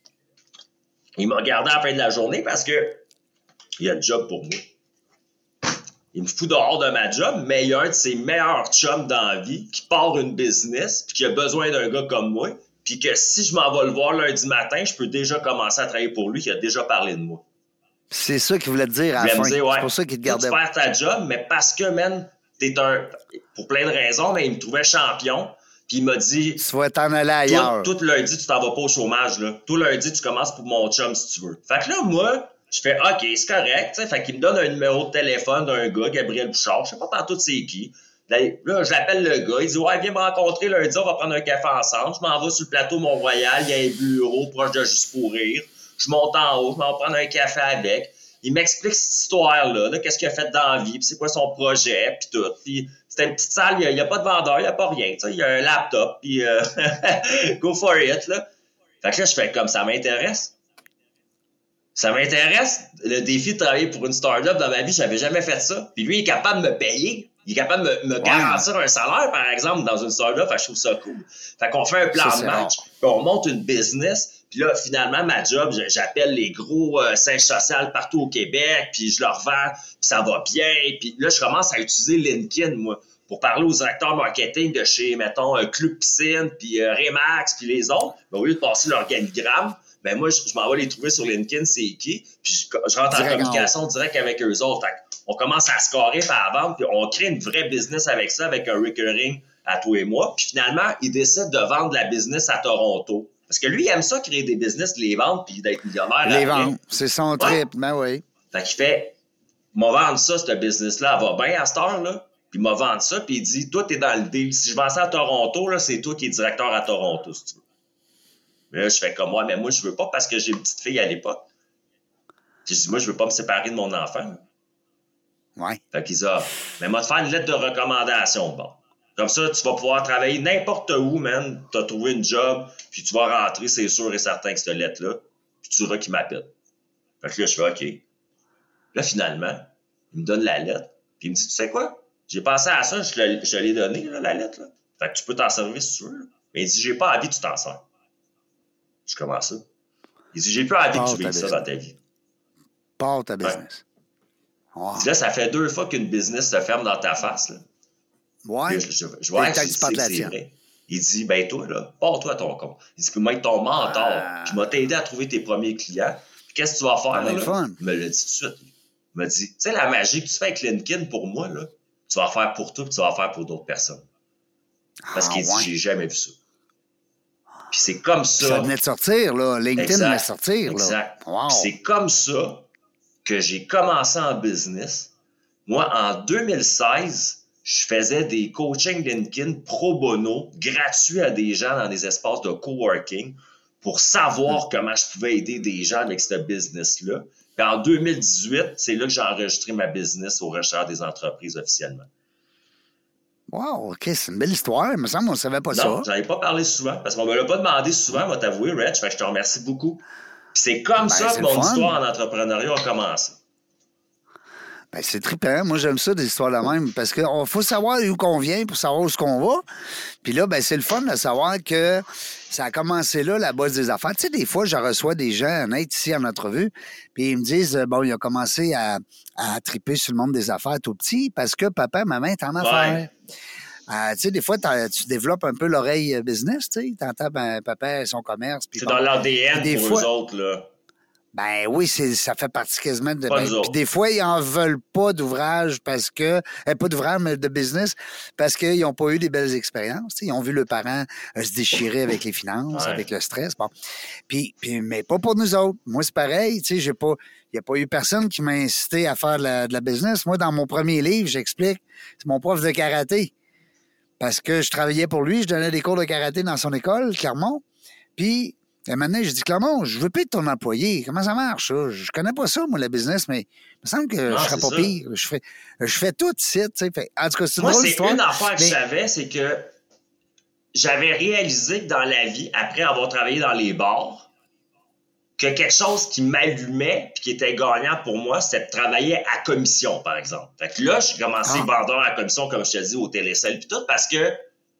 il m'a gardé à la fin de la journée parce que il y a un job pour moi. Il me fout dehors de ma job, mais il y a un de ses meilleurs chums dans la vie qui part une business puis qui a besoin d'un gars comme moi, puis que si je m'en vais le voir lundi matin, je peux déjà commencer à travailler pour lui, qui a déjà parlé de moi. C'est ça qu'il voulait te dire à la fin. C'est pour ça qu'il te gardait. Tu perds ta job, mais parce que, man, pour plein de raisons, mais il me trouvait champion. Puis il m'a dit... Tu vas t'en aller ailleurs. Tout lundi, tu t'en vas pas au chômage, là. Tout lundi, tu commences pour mon chum, si tu veux. Fait que là, moi... Je fais « OK, c'est correct. » Fait qu'il me donne un numéro de téléphone d'un gars, Gabriel Bouchard. Je sais pas partout c'est qui. Là, je l'appelle le gars. Il dit « Ouais, viens me rencontrer lundi, on va prendre un café ensemble. » Je m'en vais sur le plateau Mont-Royal. Il y a un bureau proche de Juste pour rire. Je monte en haut, je m'en vais prendre un café avec. Il m'explique cette histoire-là, qu'est-ce qu'il a fait dans la vie, puis c'est quoi son projet, puis tout. Puis c'était une petite salle, il n'y a pas de vendeur, il n'y a pas rien. Il y a un laptop, puis go for it. Là. Fait que là, je fais comme ça m'intéresse. Ça m'intéresse, le défi de travailler pour une start-up dans ma vie, j'avais jamais fait ça. Puis lui, il est capable de me payer. Il est capable de me garantir un salaire, par exemple, dans une start-up. Je trouve ça cool. Fait qu'on fait un plan de match, puis on monte une business. Puis là, finalement, ma job, j'appelle les gros sièges sociaux partout au Québec, puis je leur vends, puis ça va bien. Puis là, je commence à utiliser LinkedIn, moi, pour parler aux acteurs marketing de chez, mettons, Club Piscine, puis Remax, puis les autres. Mais au lieu de passer l'organigramme, ben moi, je m'en vais les trouver sur LinkedIn, c'est qui, puis je rentre en communication directe avec eux autres. Fait on commence à scorer par la vente, puis on crée une vraie business avec ça, avec un recurring à tous les mois. Puis finalement, il décide de vendre la business à Toronto. Parce que lui, il aime ça, créer des business, les vendre, puis d'être millionnaire. Les vendre, c'est son trip, ben oui. Fait qu'il fait, m'a vendu ça, ce business-là, elle va bien à cette heure-là. Puis il m'a vendu ça, puis il dit, toi, t'es dans le deal. Si je vends ça à Toronto, là, c'est toi qui es directeur à Toronto, si tu veux. Mais là, je fais comme moi, mais moi, je veux pas parce que j'ai une petite fille à l'époque. J'ai dit, moi, je veux pas me séparer de mon enfant. Ouais. Fait qu'ils disent, mais moi, te faire une lettre de recommandation, bon. Comme ça, tu vas pouvoir travailler n'importe où, man. Tu as trouvé une job, puis tu vas rentrer, c'est sûr et certain que cette lettre-là. Puis tu verras qu'il m'appelle. Fait que là, je fais OK. Là, finalement, il me donne la lettre, puis il me dit, tu sais quoi? J'ai pensé à ça, je l'ai donné, là, la lettre. Là. Fait que tu peux t'en servir si tu veux. Là. Mais il dit, j'ai pas envie que tu t'en sers. Je commence ça. Il dit, j'ai plus envie que tu vives ça dans ta vie. Pars ta business. Wow. Il dit, là, ça fait 2 fois qu'une business se ferme dans ta face, là. Ouais. Je vois que c'est vrai. Il dit, ben toi, là, pars-toi à ton compte. Il dit, moi, être ton mentor, puis m'a t'aider à trouver tes premiers clients. Puis qu'est-ce que tu vas faire, là? Il me l'a dit tout de suite. Il m'a dit, tu sais, la magie que tu fais avec LinkedIn pour moi, là, tu vas en faire pour toi, puis tu vas en faire pour d'autres personnes. Parce qu'il dit, j'ai jamais vu ça. Puis c'est comme ça. Ça venait de sortir, là. LinkedIn venait de sortir, là. Exact. Wow. C'est comme ça que j'ai commencé en business. Moi, en 2016, je faisais des coachings LinkedIn pro bono, gratuits à des gens dans des espaces de coworking pour savoir comment je pouvais aider des gens avec ce business-là. Puis en 2018, c'est là que j'ai enregistré ma business au Recherche des entreprises officiellement. Wow, OK, c'est une belle histoire. Il me semble qu'on ne savait pas ça. Non, j'en ai pas parlé souvent, parce qu'on me l'a pas demandé souvent, on va t'avouer, Reg, fait que je te remercie beaucoup. Puis c'est comme ça que mon histoire en entrepreneuriat a commencé. Ben, c'est trippant. Moi, j'aime ça, des histoires de même, parce qu'il faut savoir où qu'on vient pour savoir où qu'on va. Puis là, ben, c'est le fun de savoir que ça a commencé là, la base des affaires. Tu sais, des fois, je reçois des gens honnêtes ici en entrevue, puis ils me disent, bon, il a commencé à triper sur le monde des affaires tout petit parce que papa, maman est en affaires. Tu sais, des fois, tu développes un peu l'oreille business, tu sais. T'entends papa et son commerce. C'est dans l'ADN des pour fois, eux autres, là. Ben oui, ça fait partie quasiment de... Puis des fois, ils en veulent pas d'ouvrage parce que... pas d'ouvrage, mais de business, parce qu'ils n'ont pas eu des belles expériences. Ils ont vu leurs parents se déchirer avec les finances, avec le stress. Bon. Puis, mais pas pour nous autres. Moi, c'est pareil. Il n'y a pas eu personne qui m'a incité à faire de la business. Moi, dans mon premier livre, j'explique, c'est mon prof de karaté. Parce que je travaillais pour lui, je donnais des cours de karaté dans son école, Clermont. Puis... un moment donné, j'ai dit, Clermont, je veux plus être ton employé. Comment ça marche, ça? Je connais pas ça, moi, la business, mais il me semble que je serais pas pire. Je fais tout ici, tu sais. En tout cas, c'est une drôle d'histoire. Moi, c'est une affaire que je savais, c'est que j'avais réalisé que dans la vie, après avoir travaillé dans les bars, que quelque chose qui m'allumait puis qui était gagnant pour moi, c'était de travailler à commission, par exemple. Fait que là, j'ai commencé vendeur à commission, comme je te dis, au télécell puis tout, parce que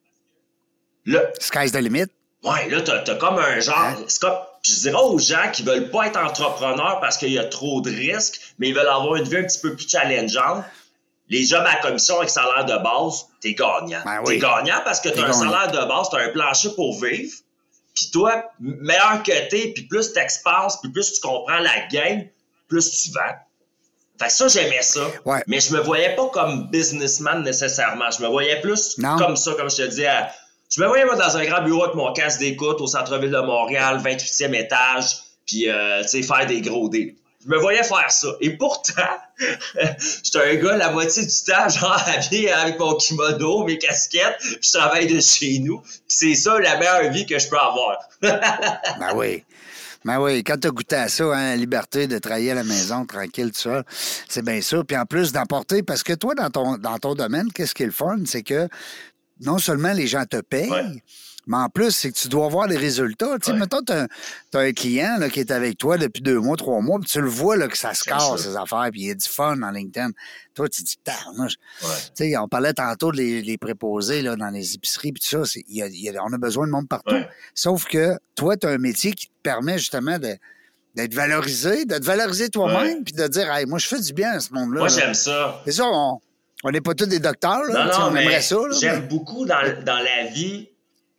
là... Sky's the limit. Ouais, là, t'as comme un genre... C'est comme, je dirais aux gens qui veulent pas être entrepreneurs parce qu'il y a trop de risques, mais ils veulent avoir une vie un petit peu plus challengeante. Les jobs à commission avec salaire de base, t'es gagnant. Ben oui. T'es gagnant parce que t'as un salaire de base, t'as un plancher pour vivre. Puis toi, meilleur que t'es, puis plus t'expanses, puis plus tu comprends la game, plus tu vends. Fait que ça, j'aimais ça. Ouais. Mais je me voyais pas comme businessman nécessairement. Je me voyais plus comme ça, comme je te dis, je me voyais moi, dans un grand bureau avec mon casque d'écoute au centre-ville de Montréal, 28e étage, puis tu sais, faire des gros deals. Je me voyais faire ça. Et pourtant, j'étais un gars la moitié du temps, genre habillé avec mon kimono, mes casquettes, puis je travaille de chez nous. Puis c'est ça la meilleure vie que je peux avoir. Ben oui. Ben oui, quand tu as goûté à ça, hein, la liberté de travailler à la maison, tranquille, tout ça, c'est bien ça. Puis en plus d'emporter, parce que toi, dans ton domaine, qu'est-ce qui est le fun, c'est que non seulement les gens te payent, mais en plus, c'est que tu dois voir des résultats. Tu sais, mettons, tu as un client là, qui est avec toi depuis 2 mois, 3 mois, puis tu le vois là, que ça se casse, ses affaires, puis il y a du fun dans LinkedIn. Toi, tu te dis, tu sais, on parlait tantôt de les préposés là, dans les épiceries, puis tout ça. On a besoin de monde partout. Ouais. Sauf que toi, tu as un métier qui te permet justement d'être valorisé, de te valoriser toi-même, puis de dire, hey, moi, je fais du bien à ce monde-là. Moi, j'aime ça. C'est ça, on n'est pas tous des docteurs, là. Non, on aimerait ça. Là, j'aime beaucoup dans la vie.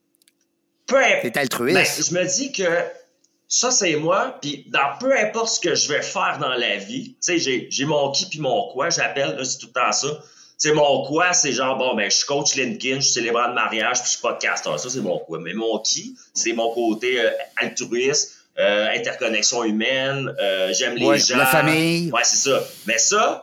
Peu importe. T'es altruiste. Ben, je me dis que ça, c'est moi. Puis dans peu importe ce que je vais faire dans la vie, tu sais, j'ai mon qui puis mon quoi, j'appelle, là, c'est tout le temps ça. Tu sais, mon quoi, c'est genre, bon, ben, je suis coach LinkedIn, je suis célébrant de mariage, puis je suis podcasteur. Ça, c'est mon quoi. Mais mon qui, c'est mon côté altruiste, interconnexion humaine, j'aime les gens. La famille. Ouais, c'est ça. Mais ça,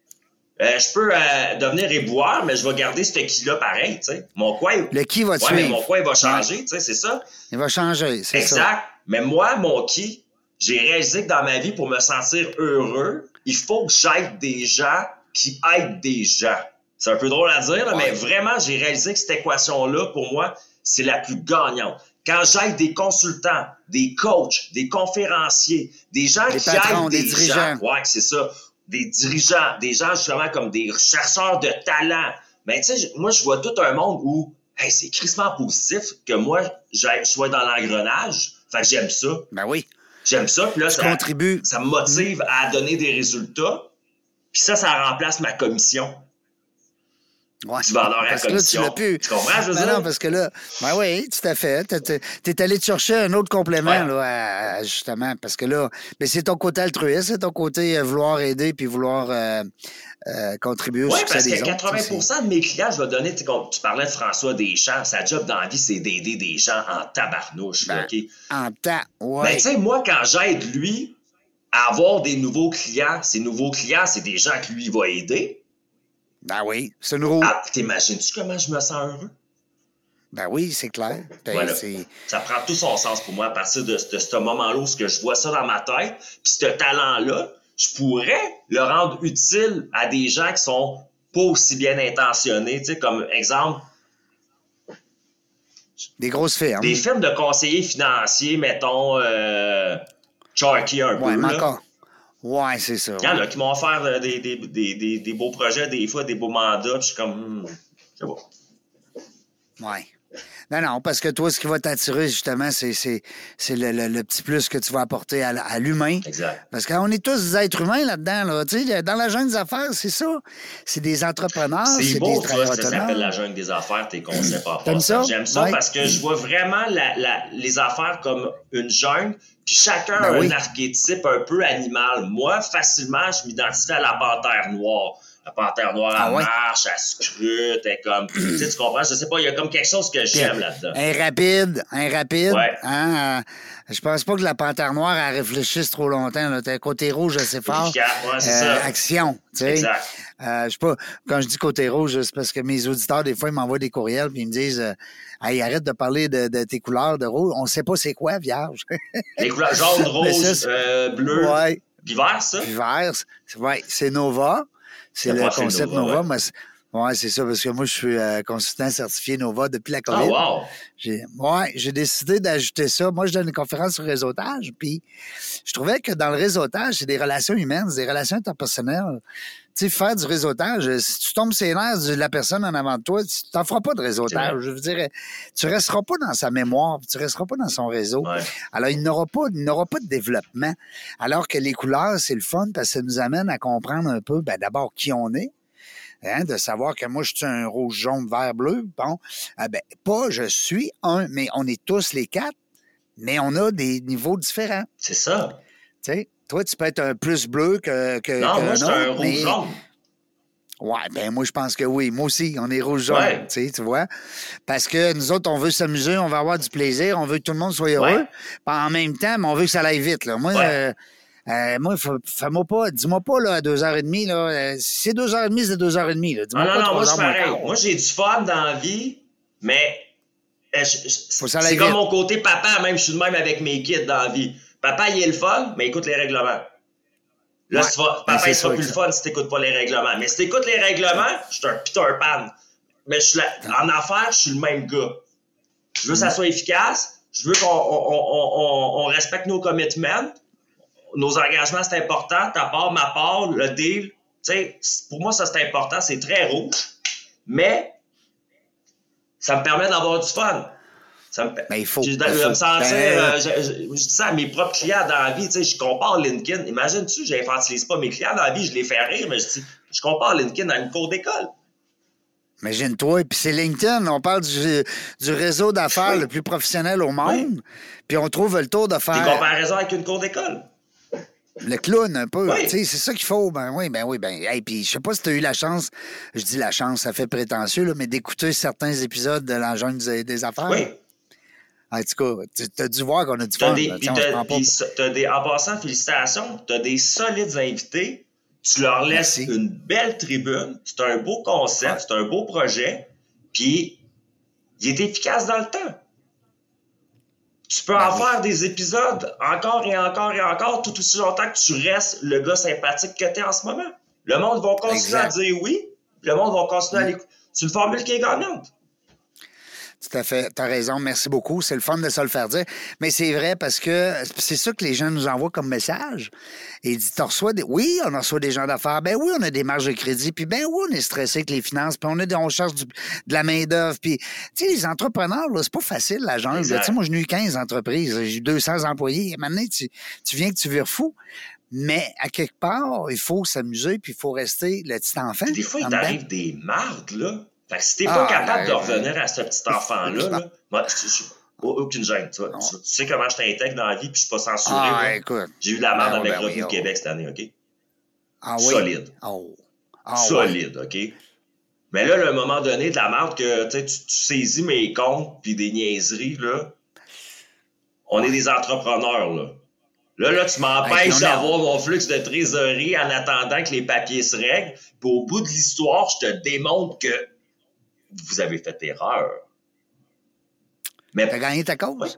je peux devenir éboueur, mais je vais garder ce qui-là pareil, tu sais. Mon quoi... Le qui va tuer. Mais mon quoi, il va changer, tu sais, c'est ça. Il va changer, c'est ça. Exact. Mais moi, mon qui, j'ai réalisé que dans ma vie, pour me sentir heureux, il faut que j'aide des gens qui aident des gens. C'est un peu drôle à dire, là, mais vraiment, j'ai réalisé que cette équation-là, pour moi, c'est la plus gagnante. Quand j'aide des consultants, des coachs, des conférenciers, des gens qui aident des dirigeants. Ouais, c'est ça. Des dirigeants, des gens justement comme des chercheurs de talent. Mais tu sais, moi, je vois tout un monde où c'est crissement positif que moi, je sois dans l'engrenage. Fait que j'aime ça. Ben oui. J'aime ça. Puis là, ça me motive à donner des résultats. Puis ça remplace ma commission. Ouais. Du vendeur à commission. Là, tu comprends, je veux dire? Non, parce que là, ben oui, tout à fait. T'es allé te chercher un autre complément, là, justement, parce que là, mais c'est ton côté altruiste, c'est ton côté vouloir aider puis vouloir contribuer au succès des autres. Oui, parce que 80% de mes clients, je vais donner, tu parlais de François Deschamps, sa job dans la vie, c'est d'aider des gens en tabarnouche. Ben, OK? En ouais. Ben, tu sais, moi, quand j'aide lui à avoir des nouveaux clients, ces nouveaux clients, c'est des gens que lui va aider. Ben oui, c'est une roue. Ah, t'imagines-tu comment je me sens heureux? Ben oui, c'est clair. Ben, voilà. Ça prend tout son sens pour moi à partir de ce moment-là où je vois ça dans ma tête. Puis ce talent-là, je pourrais le rendre utile à des gens qui sont pas aussi bien intentionnés. Tu sais, comme exemple... Des grosses firmes. Des firmes de conseillers financiers, mettons, Sharky un peu. Là. Ouais, c'est ça. Il y en a qui m'ont offert des beaux projets, des fois, des beaux mandats, puis je suis comme, c'est bon. Ouais. Non, parce que toi, ce qui va t'attirer, justement, c'est le petit plus que tu vas apporter à l'humain. Exact. Parce qu'on est tous des êtres humains là-dedans. Là. Tu sais, dans la jungle des affaires, c'est ça. C'est des entrepreneurs, c'est beau, des travailleurs autonomes. Ça s'appelle la jungle des affaires, tes concepts en T'aimes ça? J'aime ça parce que je vois vraiment les affaires comme une jungle, puis chacun a un archétype un peu animal. Moi, facilement, je m'identifie à la panthère noire. La panthère noire, elle marche, elle scrute, elle est comme... tu sais, tu comprends? Je sais pas, il y a comme quelque chose que j'aime là-dedans. Un rapide. Ouais. Hein, je pense pas que la panthère noire, elle réfléchisse trop longtemps. Là. T'as un côté rouge assez fort. Ouais, c'est ça. Action, tu sais. Exact. Je sais pas, quand je dis côté rouge, c'est parce que mes auditeurs, des fois, ils m'envoient des courriels puis ils me disent hey, arrête de parler de tes couleurs de rouge. On sait pas c'est quoi, vierge. Les couleurs jaune, rose, bleu, puis vert, ça? Puis vert, c'est Nova. C'est le concept Nova. Ouais, c'est ça, parce que moi, je suis consultant certifié Nova depuis la COVID. Ah, wow! J'ai décidé d'ajouter ça. Moi, je donne une conférence sur réseautage, puis je trouvais que dans le réseautage, c'est des relations humaines, c'est des relations interpersonnelles. Tu sais, faire du réseautage, si tu tombes sur les nerfs de la personne en avant de toi, tu t'en feras pas de réseautage. Je veux dire, tu resteras pas dans sa mémoire, tu resteras pas dans son réseau. Ouais. Alors, il n'aura pas de développement. Alors que les couleurs, c'est le fun parce que ça nous amène à comprendre un peu, d'abord, qui on est. Hein, de savoir que moi, je suis un rouge, jaune, vert, bleu. Bon, pas je suis un, mais on est tous les quatre, mais on a des niveaux différents. C'est ça. Tu sais, toi, tu peux être un plus bleu que non, moi, je suis un rouge jaune. Ouais, moi, je pense que oui. Moi aussi, on est rouge jaune, ouais. Tu vois. Parce que nous autres, on veut s'amuser, on veut avoir du plaisir, on veut que tout le monde soit heureux. Ouais. En même temps, mais on veut que ça aille vite, là. Moi, fais-moi pas, dis-moi pas, là, à 2h30, là. Si c'est 2h30, c'est 2h30, là. Dis-moi non, moi, c'est pareil. Moi, j'ai du fun dans la vie, mais c'est comme mon côté papa, même, je suis de même avec mes kids dans la vie. Papa, il est le fun, mais écoute les règlements. Là, papa, il sera plus le fun si t'écoutes pas les règlements. Mais si t'écoutes les règlements, je suis un Peter Pan. Mais en affaires, je suis le même gars. Je veux que ça soit efficace. Je veux qu'on respecte nos commitments. Nos engagements, c'est important. Ta part, ma part, le deal. Tu sais, pour moi, ça, c'est important. C'est très rouge. Mais ça me permet d'avoir du fun. Il faut. Je dis ça à mes propres clients dans la vie. Tu sais, je compare LinkedIn. Imagine-tu, je n'infantilise pas mes clients dans la vie. Je les fais rire, mais je compare LinkedIn à une cour d'école. Imagine-toi, puis c'est LinkedIn, on parle du réseau d'affaires le plus professionnel au monde, puis on trouve le tour de faire... Des comparaisons avec une cour d'école. Le clown, un peu. Tu sais, c'est ça qu'il faut. Hey, puis je sais pas si tu as eu la chance, je dis la chance, ça fait prétentieux, là, mais d'écouter certains épisodes de la jungle des affaires. Oui. En tout cas, tu as dû voir qu'on a du fun. En passant, félicitations, tu as des solides invités. Tu leur laisses une belle tribune. C'est un beau concept, c'est un beau projet. Puis, il est efficace dans le temps. Tu peux en faire des épisodes encore et encore et encore, tout aussi longtemps que tu restes le gars sympathique que tu es en ce moment. Le monde va continuer à dire oui, le monde va continuer à l'écouter. C'est une formule qui est gagnante. Tout à fait. T'as raison. Merci beaucoup. C'est le fun de se le faire dire. Mais c'est vrai parce que c'est ça que les gens nous envoient comme message. Et ils disent, oui, on reçoit des gens d'affaires. Ben oui, on a des marges de crédit. Puis ben oui, on est stressé avec les finances. Puis on cherche de la main-d'œuvre. Puis, tu sais, les entrepreneurs, là, c'est pas facile, la jungle. Tu sais, moi, j'ai eu 15 entreprises. J'ai eu 200 employés. Maintenant, tu viens que tu vires fou. Mais à quelque part, il faut s'amuser puis il faut rester le petit enfant. Des fois, il t'arrive des mardes, là. Fait que si t'es pas capable de revenir à ce petit enfant-là, moi, aucune gêne. Tu sais comment je t'intègre dans la vie puis je suis pas censuré. Écoute. J'ai eu de la merde avec Revue Québec cette année, OK? Solide. Solide, OK? Mais là, à un moment donné, de la merde que tu saisis mes comptes puis des niaiseries, là, on est des entrepreneurs, là. Là, tu m'empêches d'avoir mon flux de trésorerie en attendant que les papiers se règlent. Puis au bout de l'histoire, je te démontre que vous avez fait erreur. Mais t'as gagné ta cause?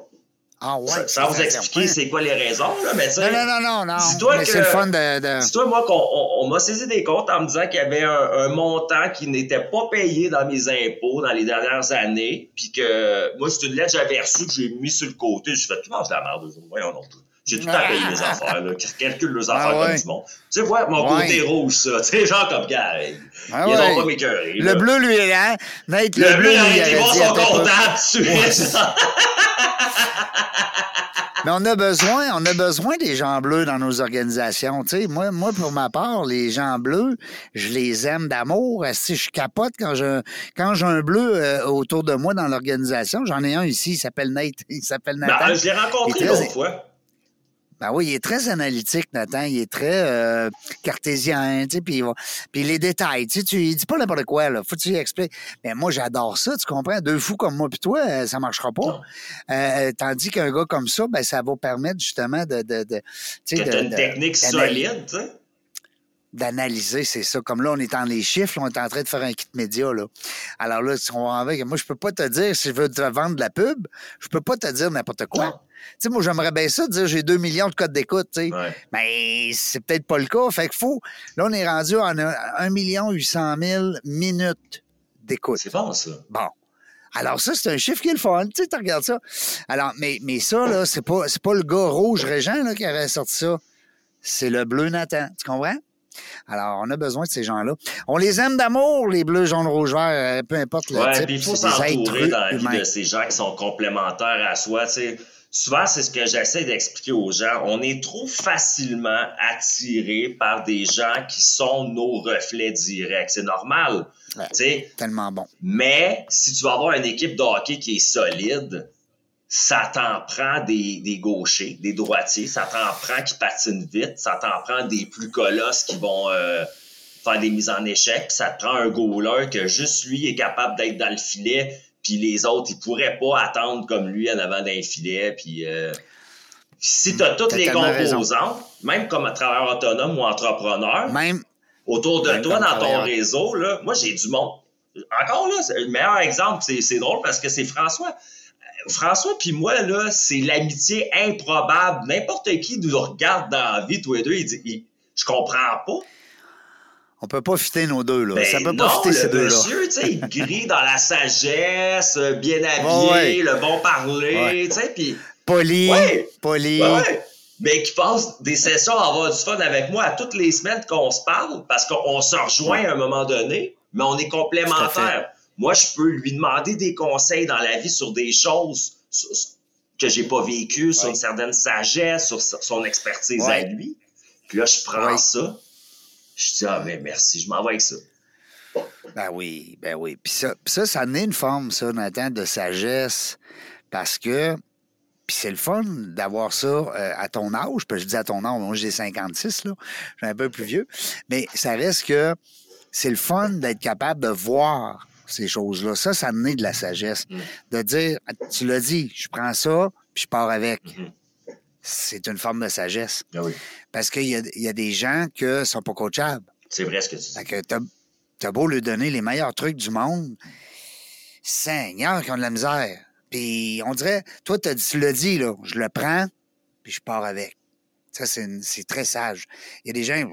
Sans vous expliquer c'est quoi les raisons, là, mais tu sais... Non. Dis-toi c'est le fun de... Dis-toi, moi, qu'on m'a saisi des comptes en me disant qu'il y avait un montant qui n'était pas payé dans mes impôts dans les dernières années, puis que moi, c'est une lettre que j'avais reçue que j'ai mis sur le côté. J'ai fait, tu manges de la merde, voyons donc. J'ai tout le temps payé mes affaires, là, qui calculent leurs affaires ouais. comme du monde. Tu sais, ouais, mon côté rouge, ça. Tu sais, genre comme gars, ils ont pas m'écœurer. Le bleu, lui, hein? Nate, le bleu, lui, il va son comptable tout de suite. Mais on a besoin des gens bleus dans nos organisations. Tu sais, moi, pour ma part, les gens bleus, je les aime d'amour. Si je capote quand j'ai un bleu autour de moi dans l'organisation, j'en ai un ici, il s'appelle Nate. Il s'appelle Nathan. Ben, je l'ai rencontré l'autre fois. Ben oui, il est très analytique, Nathan. Il est très cartésien, tu sais, puis les détails, tu sais, il dit pas n'importe quoi, là. Faut que tu lui expliques. Mais moi, j'adore ça, tu comprends? Deux fous comme moi puis toi, ça marchera pas. Tandis qu'un gars comme ça, ben ça va permettre justement de tu sais, une technique solide, tu sais. D'analyser, c'est ça. Comme là, on est dans les chiffres, là, on est en train de faire un kit média, là. Alors là, moi, je peux pas te dire, si je veux te vendre de la pub, je peux pas te dire n'importe quoi. Non. Tu sais, moi, j'aimerais bien ça, dire j'ai 2 millions de codes d'écoute, tu sais. Ouais. Mais c'est peut-être pas le cas. Fait qu'il faut... Là, on est rendu à 1 800 000 minutes d'écoute. C'est bon, ça. Bon. Alors ça, c'est un chiffre qui est le fun. Tu sais, tu regardes ça. Alors, mais ça, là, c'est pas le gars rouge Régent, là, qui avait sorti ça. C'est le bleu Nathan. Tu comprends? Alors, on a besoin de ces gens-là. On les aime d'amour, les bleus, jaunes, rouges, verts, peu importe le type. Puis il faut s'entourer dans la vie de ces gens qui sont complémentaires à soi. T'sais. Souvent, c'est ce que j'essaie d'expliquer aux gens. On est trop facilement attiré par des gens qui sont nos reflets directs. C'est normal. Ouais, tellement bon. Mais si tu vas avoir une équipe de hockey qui est solide, ça t'en prend des gauchers, des droitiers, ça t'en prend qui patinent vite, ça t'en prend des plus colosses qui vont faire des mises en échec, puis ça te prend un goaler que juste lui est capable d'être dans le filet, puis les autres, ils pourraient pas attendre comme lui en avant d'un filet, puis si t'as toutes les composantes, même comme un travailleur autonome ou entrepreneur, autour de toi, dans ton réseau, là, moi, j'ai du monde. Encore là, le meilleur exemple, c'est drôle parce que c'est François. François puis moi, là, c'est l'amitié improbable. N'importe qui nous regarde dans la vie, tous les deux, il dit je comprends pas. On peut pas fitter nos deux, là. Ben ça peut non, pas fitter ces deux-là. Monsieur, tu sais, il grille dans la sagesse, bien habillé, le bon parler, tu sais, puis... Poli. Poli. Ouais. Mais qui passe des sessions à avoir du fun avec moi à toutes les semaines qu'on se parle, parce qu'on se rejoint à un moment donné, mais on est complémentaires. Moi, je peux lui demander des conseils dans la vie sur des choses que j'ai pas vécues, sur une certaine sagesse, sur son expertise à lui. Puis là, je prends ça. Je dis, mais merci, je m'en vais avec ça. Ben oui. Puis ça en est une forme, ça, Nathan, de sagesse, parce que, puis c'est le fun d'avoir ça à ton âge, puis je dis à ton âge, moi j'ai 56, là, je suis un peu plus vieux, mais ça reste que c'est le fun d'être capable de voir ces choses-là. Ça en est de la sagesse. De dire, tu l'as dit, je prends ça, puis je pars avec. C'est une forme de sagesse. Ah oui. Parce qu'il y a des gens qui ne sont pas coachables. C'est vrai ce que tu dis. Fait que t'as beau lui donner les meilleurs trucs du monde, Seigneur, qui ont de la misère. Puis on dirait, toi, tu l'as dit, là, je le prends, puis je pars avec. Ça, c'est très sage. Il y a des gens,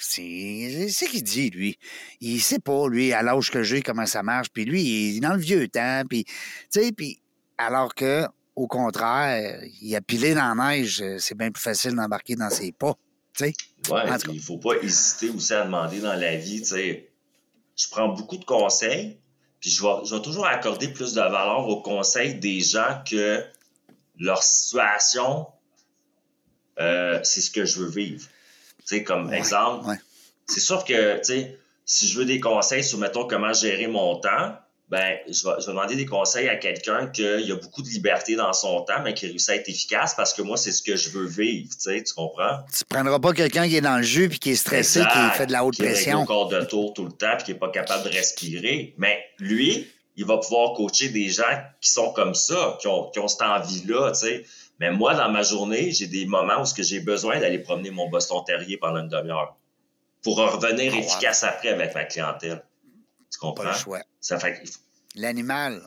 c'est qu'il dit, lui. Il sait pas, lui, à l'âge que j'ai, comment ça marche. Puis lui, il est dans le vieux temps. Puis, tu sais, puis alors que, au contraire, il a pilé dans la neige, c'est bien plus facile d'embarquer dans ses pas. Tu sais. Ouais, il faut pas hésiter aussi à demander dans la vie, tu sais. Je prends beaucoup de conseils, puis je vais toujours accorder plus de valeur aux conseils des gens que leur situation... c'est ce que je veux vivre. Tu sais, comme exemple, c'est sûr que, tu sais, si je veux des conseils sur, mettons, comment gérer mon temps, ben, je vais demander des conseils à quelqu'un qui a beaucoup de liberté dans son temps, mais qui réussit à être efficace parce que moi, c'est ce que je veux vivre, tu sais, tu comprends? Tu prendras pas quelqu'un qui est dans le jus puis qui est stressé, qui fait de la haute pression. Qui est au corps de tour tout le temps puis qui est pas capable de respirer. Mais lui, il va pouvoir coacher des gens qui sont comme ça, qui ont cette envie-là, tu sais. Mais moi, dans ma journée, j'ai des moments où j'ai besoin d'aller promener mon Boston Terrier pendant une demi-heure pour revenir efficace après avec ma clientèle. Tu comprends? Pas le choix. Ça fait... L'animal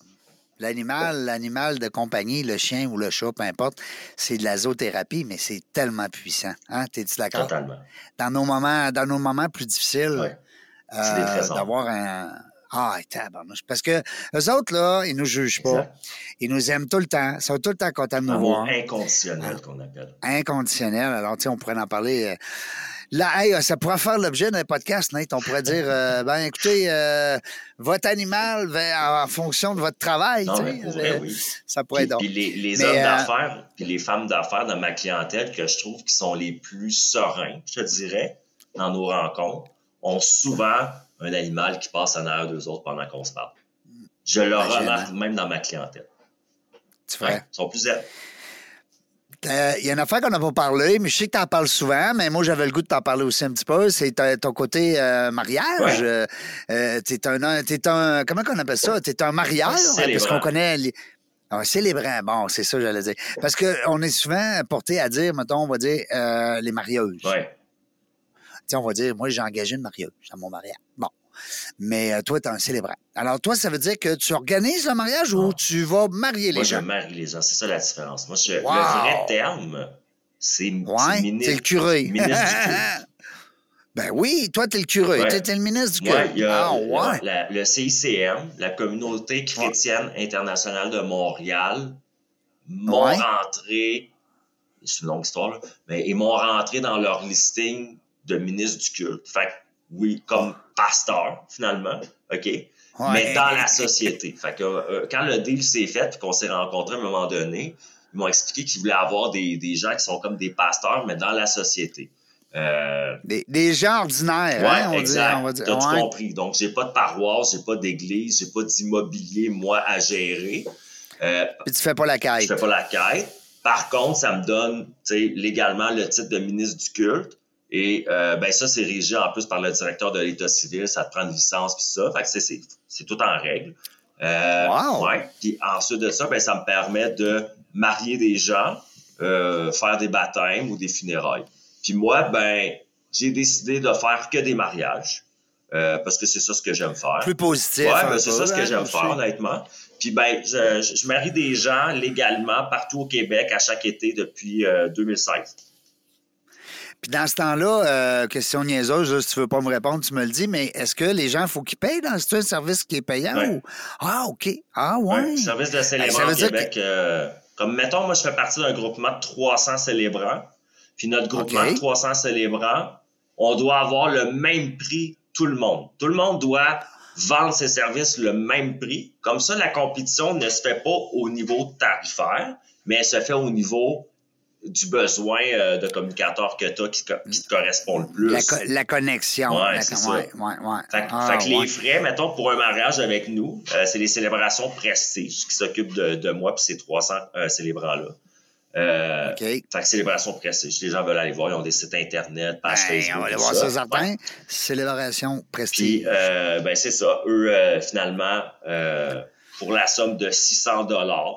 de compagnie, le chien ou le chat, peu importe, c'est de la zoothérapie, mais c'est tellement puissant. Hein? T'es-tu d'accord? Totalement. Dans nos moments plus difficiles, d'avoir Ah, tabarnouche. Parce que eux autres, là, ils nous jugent pas. Exact. Ils nous aiment tout le temps. Ils sont tout le temps contents de nous Amour voir. inconditionnel qu'on appelle. Inconditionnel. Alors, tu sais, on pourrait en parler. Là, hey, ça pourrait faire l'objet d'un podcast, Nate. On pourrait dire, écoutez, votre animal en fonction de votre travail. Non, tu mais sais, pour vrai, oui. Ça pourrait être Puis les hommes d'affaires puis les femmes d'affaires dans ma clientèle que je trouve qui sont les plus sereins, je te dirais, dans nos rencontres, ont souvent un animal qui passe en arrière d'eux autres pendant qu'on se parle. Je le remarque même dans ma clientèle. Tu vois? Ils sont plus zen. Il y a une affaire qu'on n'a pas parlé, mais je sais que tu en parles souvent, mais moi, j'avais le goût de t'en parler aussi un petit peu. C'est ton côté mariage. Ouais. T'es un. Comment on appelle ça? T'es un marieur? Parce qu'on connaît. Un célébrant, bon, c'est ça que j'allais dire. Parce qu'on est souvent porté à dire, mettons, on va dire les marieuses. Oui. Tu sais, on va dire, moi, j'ai engagé une marieuse à mon mariage. Bon. Mais toi, tu es un célébrant. Alors, toi, ça veut dire que tu organises le mariage ou tu vas marier les gens? Moi, je marie les gens. C'est ça la différence. Moi, le vrai terme, c'est ministre. C'est le curé. Ministre du culte. Ben oui, toi, t'es le curé. Ouais. T'es le ministre du culte. Le CICM, la Communauté chrétienne internationale de Montréal, m'ont rentré, c'est une longue histoire, là, mais ils m'ont rentré dans leur listing de ministre du culte. Fait que, oui, comme pasteur, finalement, OK? Mais dans la société. Fait que quand le deal s'est fait et qu'on s'est rencontrés à un moment donné, ils m'ont expliqué qu'ils voulaient avoir des gens qui sont comme des pasteurs, mais dans la société. Des gens ordinaires, exact. On va dire. T'as tout compris. Donc, j'ai pas de paroisse, j'ai pas d'église, j'ai pas d'immobilier, moi, à gérer. Puis tu fais pas la quête. Je fais pas la quête. Par contre, ça me donne, légalement le titre de ministre du culte. Et ça, c'est régi en plus par le directeur de l'État civil. Ça te prend une licence puis ça. Fait que c'est tout en règle. Ouais. Puis ensuite de ça, ça me permet de marier des gens, faire des baptêmes ou des funérailles. Puis moi, j'ai décidé de faire que des mariages. Parce que c'est ça ce que j'aime faire. Plus positif. C'est ça ce que j'aime faire, honnêtement. Puis je marie des gens légalement partout au Québec à chaque été depuis 2016. Puis dans ce temps-là, question niaiseuse, là, si tu veux pas me répondre, tu me le dis, mais est-ce que les gens, il faut qu'ils payent dans un service qui est payant? Ou... Ah, OK. Ah, ouais. Service de célébrants au Québec. Comme, mettons, moi, je fais partie d'un groupement de 300 célébrants. Puis notre groupement de 300 célébrants, on doit avoir le même prix, tout le monde. Tout le monde doit vendre ses services le même prix. Comme ça, la compétition ne se fait pas au niveau tarifaire, mais elle se fait au niveau du besoin de communicateur que tu as qui te correspond le plus. La connexion. C'est ça. Ouais. Fait que les frais, mettons, pour un mariage avec nous, c'est les célébrations Prestige qui s'occupent de moi puis ces 300 célébrants-là. Fait que Célébration Prestige. Les gens veulent aller voir, ils ont des sites internet, page Facebook. On va aller voir ça certain. Célébration Prestige. Puis, c'est ça. Eux, finalement, pour la somme de $600,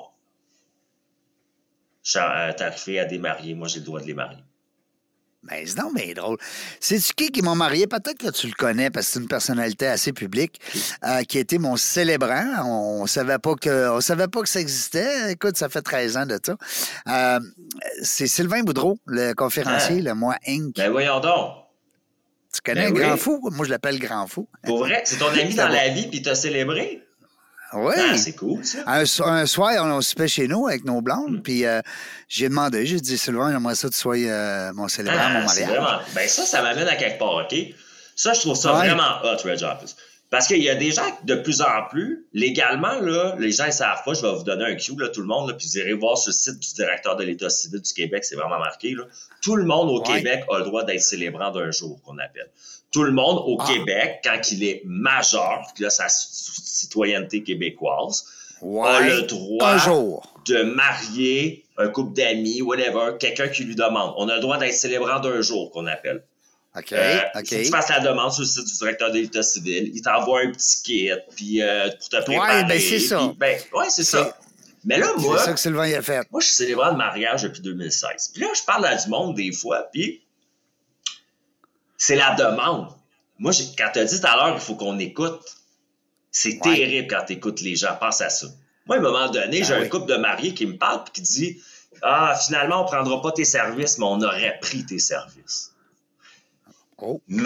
tarifé à des mariés. Moi, j'ai le droit de les marier. Ben, c'est donc bien drôle. C'est-tu qui m'a marié? Peut-être que tu le connais parce que c'est une personnalité assez publique qui a été mon célébrant. On savait pas que ça existait. Écoute, ça fait 13 ans de ça. C'est Sylvain Boudreau, le conférencier, le Moi Inc. Ben voyons donc. Tu connais Grand Fou? Moi, je l'appelle Grand Fou. Pour vrai? C'est ton ami dans la vie puis t'as célébré? Oui. C'est cool, ça. Un soir, on soupait chez nous avec nos blondes, puis j'ai dit, Sylvain, j'aimerais ça que tu sois mon célébrant, mon mariage. Vraiment... ça m'amène à quelque part, OK? Ça, je trouve ça vraiment hot, Reg Office. Parce qu'il y a des gens, de plus en plus, légalement, là, les gens ne savent pas, je vais vous donner un cue, là, tout le monde, là, puis vous irez voir sur le site du directeur de l'État civil du Québec, c'est vraiment marqué, là. Tout le monde au Québec a le droit d'être célébrant d'un jour, qu'on appelle. Tout le monde au Québec, quand il est majeur, puis là, sa citoyenneté québécoise, a le droit de marier un couple d'amis, whatever, quelqu'un qui lui demande. On a le droit d'être célébrant d'un jour, qu'on appelle. OK. Si tu fasses la demande sur le site du directeur de l'État civil, il t'envoie un petit kit puis, pour te préparer. Oui, c'est ça. C'est ça. Mais là, moi... C'est ça que Sylvain a fait. Moi, je suis célébrant de mariage depuis 2016. Puis là, je parle à du monde des fois, puis c'est la demande. Moi, quand tu as dit tout à l'heure, il faut qu'on écoute. C'est terrible quand tu écoutes les gens. Pense à ça. Moi, à un moment donné, j'ai un couple de mariés qui me parle et qui dit « Ah, finalement, on ne prendra pas tes services, mais on aurait pris tes services. »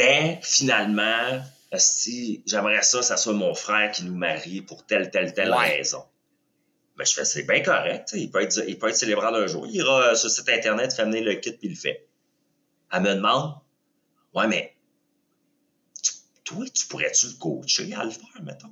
Mais finalement, si j'aimerais ça soit mon frère qui nous marie pour telle raison. Mais je fais, c'est bien correct. Il peut être célébrant d'un jour. Il ira sur le site Internet, fait amener le kit, puis il le fait. Elle me demande, ouais, mais toi, tu pourrais-tu le coacher à le faire, mettons?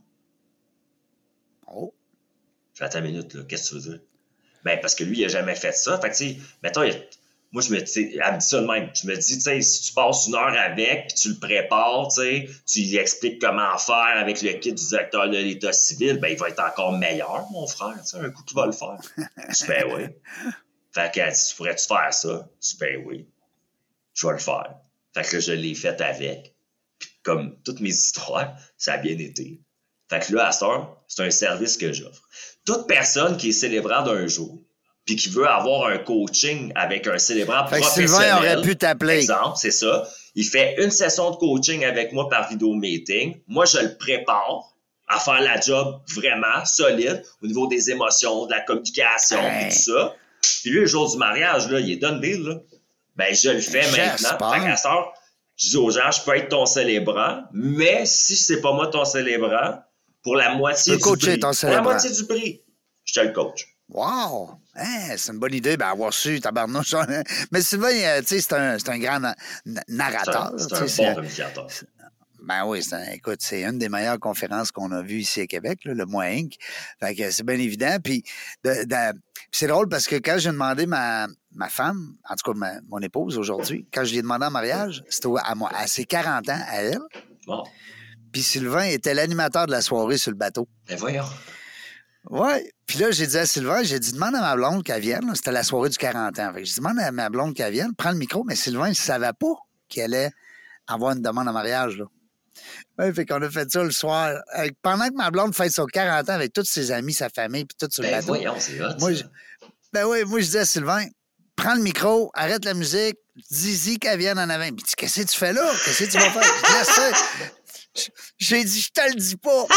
Oh. Je fais, attends une minute, là, qu'est-ce que tu veux dire? Ben, parce que lui, il a jamais fait ça. Fait que, tu sais, mettons, moi, elle me dit ça de même. Je me dis, tu sais, si tu passes 1 heure avec, puis tu le prépares, tu sais, tu lui expliques comment faire avec le kit du directeur de l'État civil, ben, il va être encore meilleur, mon frère, tu sais, un coup qu'il va le faire. Je dis, ben oui. Fait qu'elle dit, tu pourrais-tu faire ça? Je dis, ben oui. Je vais le faire. Fait que là, je l'ai fait avec. Puis, comme toutes mes histoires, ça a bien été. Fait que là, à cette heure, c'est un service que j'offre. Toute personne qui est célébrant d'un jour, puis qui veut avoir un coaching avec un célébrant fait professionnel. Sylvain aurait pu t'appeler. Exemple, c'est ça. Il fait une session de coaching avec moi par vidéo meeting. Moi, je le prépare à faire la job vraiment solide au niveau des émotions, de la communication, et tout ça. Puis lui, le jour du mariage, là, il est done deal, là. Ben, je le fais maintenant. Fait qu'à ça, je dis aux gens, je peux être ton célébrant, mais si c'est pas moi ton célébrant, pour la moitié du prix. Pour la moitié du prix, je te le coach. Wow! Hein, c'est une bonne idée, avoir su, tabarnouche. Mais Sylvain, tu sais, c'est un grand narrateur. C'est un bon communicateur. Ben oui, écoute, c'est une des meilleures conférences qu'on a vues ici à Québec, là, le Mois Inc. Fait que c'est bien évident. Puis c'est drôle parce que quand j'ai demandé ma femme, en tout cas mon épouse aujourd'hui, quand je lui ai demandé en mariage, c'était à ses 40 ans, à elle. Bon. Puis Sylvain était l'animateur de la soirée sur le bateau. Ben voyons. Ouais. Puis là, j'ai dit à Sylvain, demande à ma blonde qu'elle vienne. C'était la soirée du 40 ans. Fait que j'ai dit, demande à ma blonde qu'elle vienne, prends le micro. Mais Sylvain, il ne savait pas qu'il allait avoir une demande en mariage, là. Ouais, fait qu'on a fait ça le soir. Pendant que ma blonde fête son 40 ans avec tous ses amis, sa famille, puis tout sur le bateau. Voyons, c'est hot, moi, je disais à Sylvain, prends le micro, arrête la musique, dis-y qu'elle vienne en avant. Il dit, qu'est-ce que tu fais là? Qu'est-ce que tu vas faire? J'ai dit, je te le dis pas.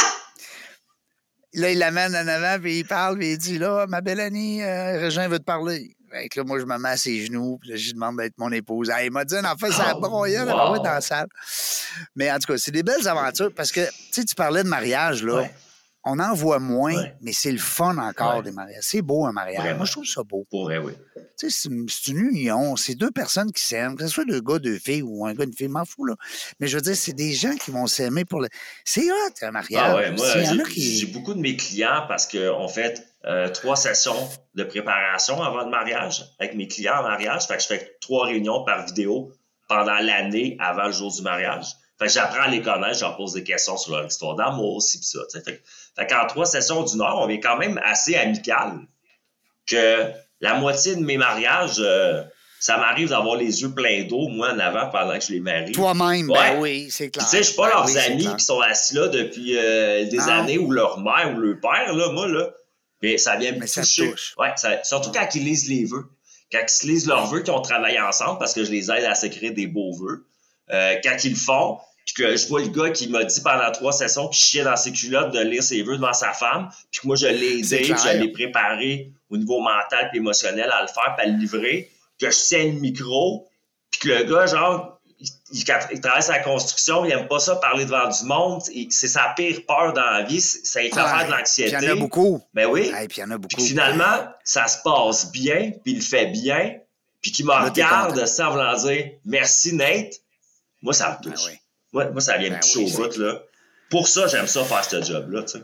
Là, il l'amène en avant, puis il parle, puis il dit, là, ma belle Annie, Régin veut te parler. Fait que là, moi, je me mets à ses genoux, puis là, je lui demande d'être mon épouse. Il m'a dit, en fait, ça a broyé, elle va être dans la salle. Mais en tout cas, c'est des belles aventures, parce que, tu sais, tu parlais de mariage, là. Ouais. On en voit moins, mais c'est le fun encore des mariages. C'est beau, un mariage. Vraiment. Moi, je trouve ça beau. Pour vrai, oui. Tu sais, c'est une union. C'est 2 personnes qui s'aiment. Que ce soit 2 gars, 2 filles ou un gars, une fille, m'en fous, là. Mais je veux dire, c'est des gens qui vont s'aimer pour le... C'est hot, un mariage. Ah ouais, moi, j'ai beaucoup de mes clients parce qu'on fait 3 sessions de préparation avant le mariage avec mes clients en mariage. Fait que je fais 3 réunions par vidéo pendant l'année avant le jour du mariage. Fait que j'apprends à les connaître, je leur pose des questions sur leur histoire d'amour aussi, pis ça. Fait qu'en 3 sessions d'une heure, on est quand même assez amical. Que la moitié de mes mariages, ça m'arrive d'avoir les yeux pleins d'eau, moi, en avant, pendant que je les marie. Toi-même, ben oui, c'est clair. Tu sais, je suis pas leurs amis qui sont assis là depuis des années, ou leur mère ou leur père, là, moi, là. Mais ça vient me toucher. Ouais, surtout quand ils lisent les vœux. Quand ils se lisent leurs vœux, qu'ils ont travaillé ensemble, parce que je les aide à s'écrire des beaux vœux. Quand ils le font, puis que je vois le gars qui m'a dit pendant 3 sessions qu'il chiait dans ses culottes de lire ses vœux devant sa femme, puis que moi, je l'ai aidé, je l'ai préparé au niveau mental et émotionnel à le faire, puis à le livrer, que je tiens le micro, puis que le gars, genre, il travaille sa construction, il aime pas ça parler devant du monde, c'est sa pire peur dans la vie, ça lui fait faire de l'anxiété. Puis il y en a beaucoup. Ben oui. Puis il y en a beaucoup. Puis finalement, ça se passe bien, puis il le fait bien, puis qu'il me regarde sans vouloir dire « Merci, Nate », moi, ça me touche. Ben oui. Moi, ça vient me toucher au bout, là. Pour ça, j'aime ça faire ce job-là, tu sais.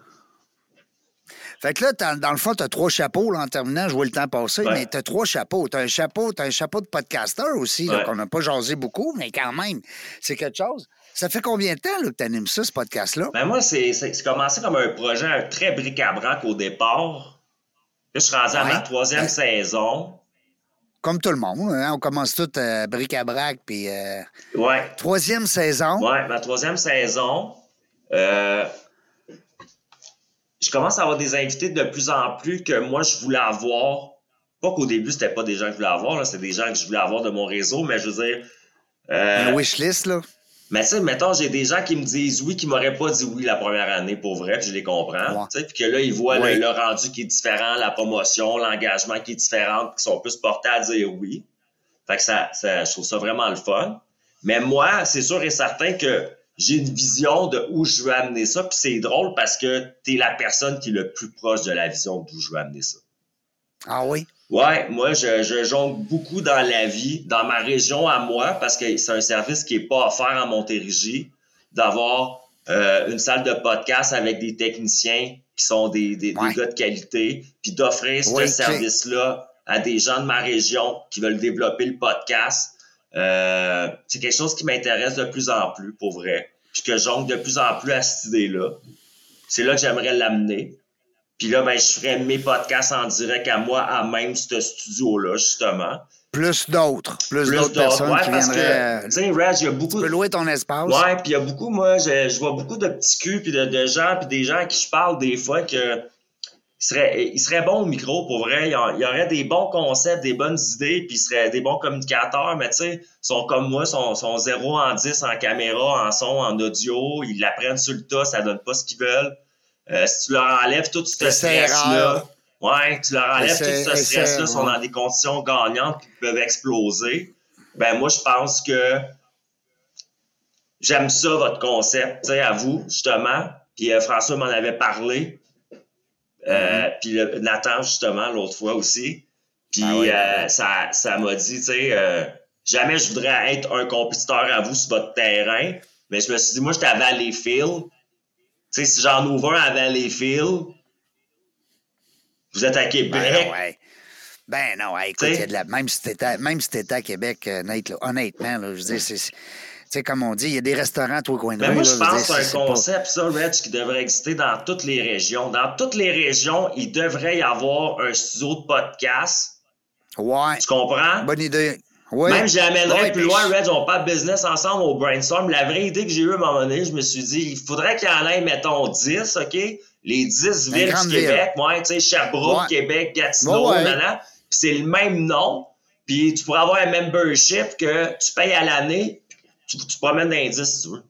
Fait que là, dans le fond, tu as 3 chapeaux, là, en terminant, je vois le temps passer, mais tu as 3 chapeaux. Tu as un chapeau de podcasteur aussi, là, qu'on n'a pas jasé beaucoup, mais quand même, c'est quelque chose. Ça fait combien de temps là, que tu animes ça, ce podcast-là? Ben moi, c'est commencé comme un projet très bric-à-brac au départ. Là, je suis rendu à ma 3e saison. Comme tout le monde, hein? On commence tout bric-à-brac, puis... Ouais. 3e saison. Ouais, ma 3e saison. Je commence à avoir des invités de plus en plus que moi, je voulais avoir. Pas qu'au début, c'était pas des gens que je voulais avoir, là, c'était des gens que je voulais avoir de mon réseau, mais je veux dire... un wishlist, là. Mais tu sais, mettons, j'ai des gens qui me disent oui, qui m'auraient pas dit oui la première année, pour vrai, puis je les comprends. Ouais. Tu sais, puis que là, ils voient le rendu qui est différent, la promotion, l'engagement qui est différent, qui sont plus portés à dire oui. Fait que ça je trouve ça vraiment le fun. Mais moi, c'est sûr et certain que j'ai une vision de où je veux amener ça. Puis c'est drôle parce que t'es la personne qui est le plus proche de la vision d'où je veux amener ça. Ah oui? Ouais, moi, je jongle beaucoup dans la vie, dans ma région à moi, parce que c'est un service qui est pas offert en Montérégie, d'avoir une salle de podcast avec des techniciens qui sont des gars de qualité, puis d'offrir ce service-là à des gens de ma région qui veulent développer le podcast. C'est quelque chose qui m'intéresse de plus en plus, pour vrai, puis que je jongle de plus en plus à cette idée-là. C'est là que j'aimerais l'amener. Puis là, ben, je ferais mes podcasts en direct à moi, à même ce studio-là, justement. Plus d'autres personnes qui viendraient... Tu sais, Reg, il y a beaucoup... Tu peux louer ton espace. Ouais, puis il y a beaucoup, moi, je vois beaucoup de petits culs, puis de gens, puis des gens à qui je parle des fois que ils seraient bons au micro, pour vrai. Il y aurait des bons concepts, des bonnes idées, puis ils seraient des bons communicateurs, mais tu sais, sont comme moi, sont 0 en 10 en caméra, en son, en audio, ils l'apprennent sur le tas, ça donne pas ce qu'ils veulent. Si tu leur enlèves tout ce stress-là, tu leur enlèves tout ce stress-là, sont dans des conditions gagnantes qui peuvent exploser. Ben moi, je pense que j'aime ça, votre concept, tu sais, à vous, justement. Puis François m'en avait parlé. Puis Nathan, justement, l'autre fois aussi. Puis ça m'a dit, tu sais, jamais je voudrais être un compétiteur à vous sur votre terrain. Mais je me suis dit, moi, j'étais à Valleyfield. Tu sais, si j'en ouvre un à Valleyfield, vous êtes à Québec. Ben non, écoute, même si t'étais à Québec, Nate, là, honnêtement, là, je veux dire, tu sais, comme on dit, il y a des restaurants à tous les coins de rue. Moi, je pense que c'est un concept, ça, Reg, qui devrait exister dans toutes les régions. Dans toutes les régions, il devrait y avoir un studio de podcast. Ouais. Tu comprends? Bonne idée. Ouais. Même j'amènerais plus loin, Reg, on parle business ensemble au brainstorm. La vraie idée que j'ai eue à un moment donné, je me suis dit, il faudrait qu'il y en ait, mettons, 10, OK? Les 10 villes du Québec, tu sais, Sherbrooke, Québec, Gatineau, puis c'est le même nom. Puis tu pourrais avoir un membership que tu payes à l'année, tu promènes dans les 10 si tu veux.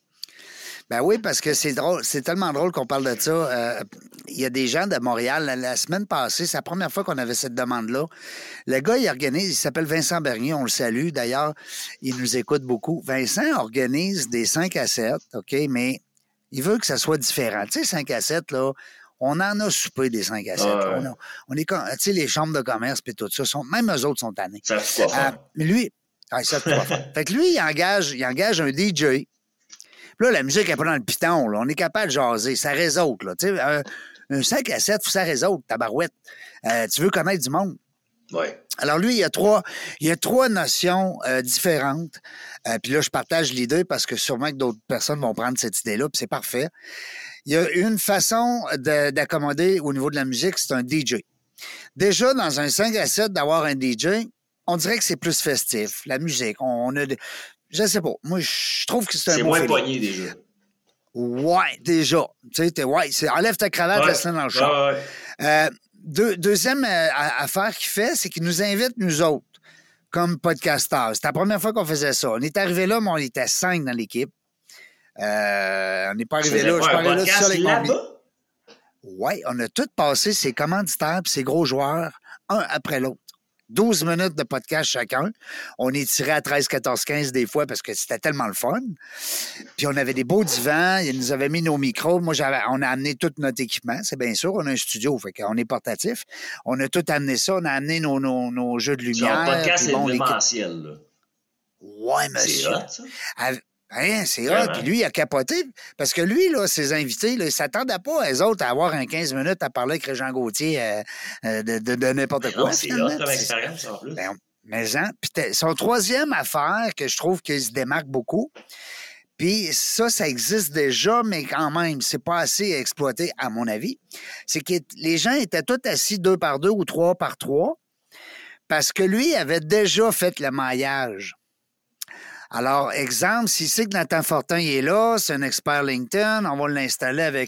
Ben oui, parce que c'est drôle, c'est tellement drôle qu'on parle de ça. Il y a des gens de Montréal, la semaine passée, c'est la première fois qu'on avait cette demande-là. Le gars, il organise, il s'appelle Vincent Bernier, on le salue. D'ailleurs, il nous écoute beaucoup. Vincent organise des 5 à 7, OK, mais il veut que ça soit différent. Tu sais, 5 à 7, là, on en a soupé des 5 à 7. On est, tu sais, les chambres de commerce et tout ça, même eux autres sont tannés. Ça fait quoi faire? Mais lui, ça fait quoi faire. Fait que lui, il engage un DJ. Puis là, la musique n'est pas dans le piton, là. On est capable de jaser. Ça résaute, là. Tu sais, un 5 à 7, ça résaute, tabarouette. Tu veux connaître du monde. Oui. Alors, lui, il y a trois notions différentes. Puis là, je partage l'idée parce que sûrement que d'autres personnes vont prendre cette idée-là, puis c'est parfait. Il y a une façon d'accommoder au niveau de la musique, c'est un DJ. Déjà, dans un 5 à 7, d'avoir un DJ, on dirait que c'est plus festif. La musique, je sais pas. Moi, je trouve que c'est un C'est beau moins feeling. poigné, déjà. Ouais, déjà. Tu sais, enlève ta cravate, laisse-la dans le char. Deuxième affaire qu'il fait, c'est qu'il nous invite, nous autres, comme podcasteurs. C'était la première fois qu'on faisait ça. On est arrivé là, mais on était 5 dans l'équipe. On n'est pas arrivé là. Je suis pas arrivé là tout seul avec mon billet. Oui, on a tous passé ses commanditaires et ses gros joueurs, un après l'autre. 12 minutes de podcast chacun. On est tiré à 13, 14, 15 des fois parce que c'était tellement le fun. Puis on avait des beaux divans. Ils nous avaient mis nos micros. Moi, on a amené tout notre équipement. C'est bien sûr, on a un studio, fait qu'on est portatif. On a tout amené ça. On a amené nos jeux de lumière. Le podcast, c'est événementiel, là. Ouais, monsieur. C'est hot, ça. C'est hot. Puis lui, il a capoté. Parce que lui, là, ses invités, là, ils ne s'attendaient pas, eux autres, à avoir un 15 minutes à parler avec Régent Gauthier de n'importe quoi. Non, c'est hot comme expérience, en plus. Puis son troisième affaire que je trouve qu'il se démarque beaucoup, puis ça existe déjà, mais quand même, c'est pas assez exploité, à mon avis, c'est que les gens étaient tous assis 2 par 2 ou 3 par 3 parce que lui avait déjà fait le maillage. Alors, exemple, s'il sait que Nathan Fortin il est là, c'est un expert LinkedIn, on va l'installer avec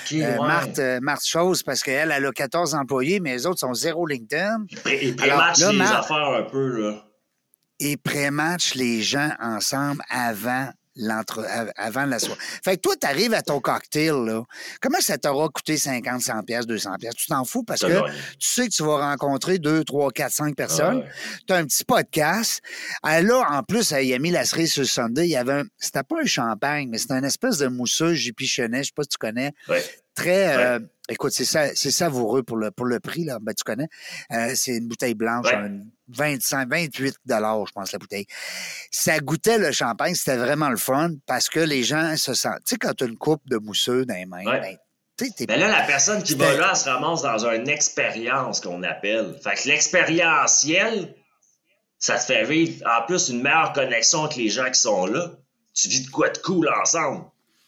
Marthe Chose parce qu'elle a 14 employés, mais les autres sont 0 LinkedIn. Il pré-match les affaires un peu, là. Il pré-match les gens ensemble avant avant la soirée. Fait que toi, tu arrives à ton cocktail, là. Comment ça t'aura coûté 50, 100 pièces, 200 pièces? Tu t'en fous parce que tu sais que tu vas rencontrer 2, 3, 4, 5 personnes. Tu as un petit podcast. Là, en plus, à Yami, la cerise sur le Sunday, il y avait c'était pas un champagne, mais c'était une espèce de mousseux JP Chenet, je sais pas si tu connais. Très, écoute, c'est savoureux pour le prix, là. Ben, tu connais. C'est une bouteille blanche, 28 $, je pense, la bouteille. Ça goûtait le champagne, c'était vraiment le fun parce que les gens se sentent. Tu sais, quand tu as une coupe de mousseux dans les mains, ben là, la personne qui va là, elle se ramasse dans une expérience qu'on appelle. Fait que l'expérientiel, ça te fait vivre en plus une meilleure connexion avec les gens qui sont là. Tu vis de quoi de cool ensemble.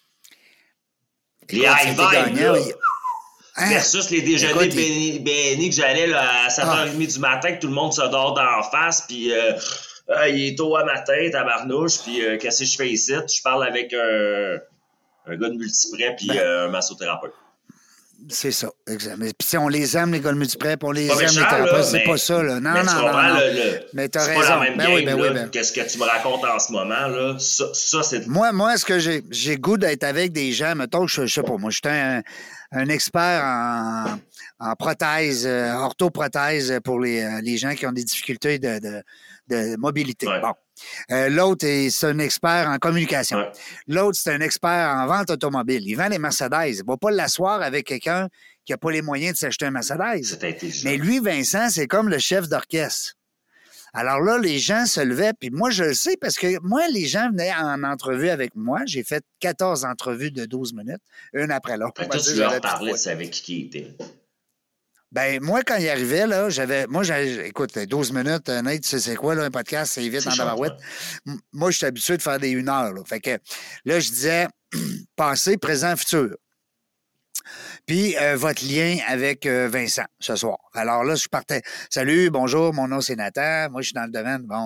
Les high vibes, là. Versus les déjeuners bénis que j'allais là, à 7h30 du matin, que tout le monde se dort d'en face, puis il est tôt à matin, tabarnouche, puis qu'est-ce que je fais ici? Je parle avec un gars de multiprès, puis un massothérapeute. C'est ça, exact. Puis on les aime, les gars de multiprès, puis on les aime, les thérapeutes, c'est pas ça, là. Non. Mais t'as raison. C'est pas la même game, là. Qu'est-ce que tu me racontes en ce moment, là? Ça c'est... Moi, est-ce que j'ai goût d'être avec des gens, mettons, je sais pas, moi, je suis un expert en prothèse, orthoprothèse pour les gens qui ont des difficultés de mobilité. Bon. L'autre, c'est un expert en communication. L'autre, c'est un expert en vente automobile. Il vend les Mercedes. Il ne va pas l'asseoir avec quelqu'un qui n'a pas les moyens de s'acheter un Mercedes. C'est intelligent. Mais lui, Vincent, c'est comme le chef d'orchestre. Alors là, les gens se levaient, puis moi, je le sais parce que moi, les gens venaient en entrevue avec moi. J'ai fait 14 entrevues de 12 minutes, une après l'autre. Toi, tu leur parlais, tu savais qui était. Ben, moi, quand il arrivait, là, écoute, 12 minutes, Nate, tu sais c'est quoi, là, un podcast, c'est vite dans la barouette. Moi, je suis habitué de faire des 1 heure, là. Fait que, là, je disais, passé, présent, futur. Puis, votre lien avec Vincent, ce soir. Alors là, je partais. Salut, bonjour, mon nom, c'est Nathan. Moi, je suis dans le domaine. Bon,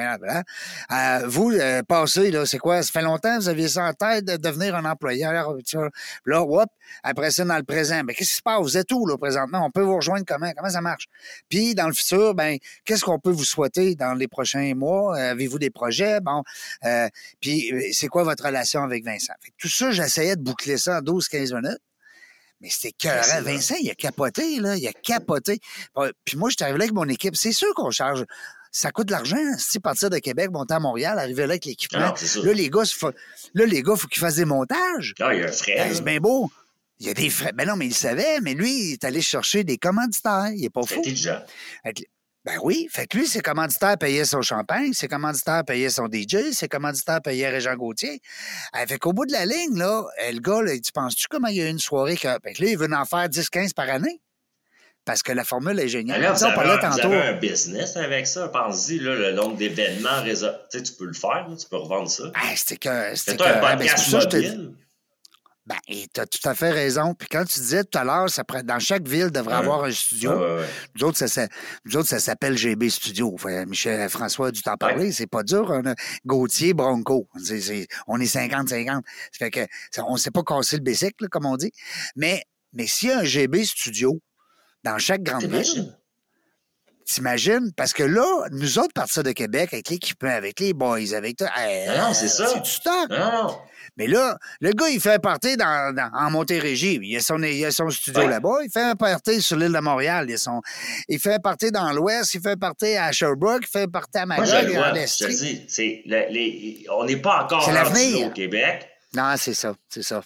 vous, passé, là, c'est quoi? Ça fait longtemps que vous aviez ça en tête de devenir un employeur? Là, hop, après ça, dans le présent. Ben, qu'est-ce qui se passe? Vous êtes où, là, présentement? On peut vous rejoindre comment? Comment ça marche? Puis, dans le futur, ben, qu'est-ce qu'on peut vous souhaiter dans les prochains mois? Avez-vous des projets? Bon, puis, c'est quoi votre relation avec Vincent? Fait que tout ça, j'essayais de boucler ça en 12-15 minutes. Mais c'était écœurant. Vincent, il a capoté, là. Il a capoté. Puis moi, je suis arrivé là avec mon équipe. C'est sûr qu'on charge. Ça coûte de l'argent. Si partir de Québec, monter à Montréal, arriver là avec l'équipement. Là, les gars, faut qu'ils fassent des montages. Ah, il y a un frais. C'est bien beau. Il y a des frais. Ben non, mais il savait. Mais lui, il est allé chercher des commanditaires. Il est pas fou. C'était déjà. Ben oui, fait que lui, ses commanditaires payaient son champagne, ses commanditaires payaient son DJ, ses commanditaires payaient Régent Gauthier. Fait qu'au bout de la ligne, là, le gars, là, tu penses-tu comment il y a une soirée que... Fait que là, il veut en faire 10-15 par année? Parce que la formule est géniale. Alors, vous avez un business avec ça. Pense-y, là, le nombre d'événements, tu sais, tu peux le faire, là, tu peux revendre ça. C'était un podcast mobile. Ben, tu as tout à fait raison. Puis quand tu disais tout à l'heure, dans chaque ville devrait avoir un studio. Nous autres, ça s'appelle GB Studio. Michel François a dû t'en parler. C'est pas dur. Gauthier, Bronco. On est 50-50. Ça fait que on ne s'est pas cassé le bicycle, comme on dit. Mais s'il y a un GB Studio dans chaque grande ville, t'imagines? Parce que là, nous autres, partir de Québec, avec l'équipement, avec les boys, avec tout. Non, c'est ça. C'est du stock. Non. Mais là, le gars, il fait un party en Montérégie. Il a son studio là-bas. Il fait un party sur l'île de Montréal. Il fait un party dans l'Ouest. Il fait un party à Sherbrooke. Il fait un party à Magog. Moi, je te dis, on n'est pas encore rendu au Québec. Non, c'est ça. C'est ça.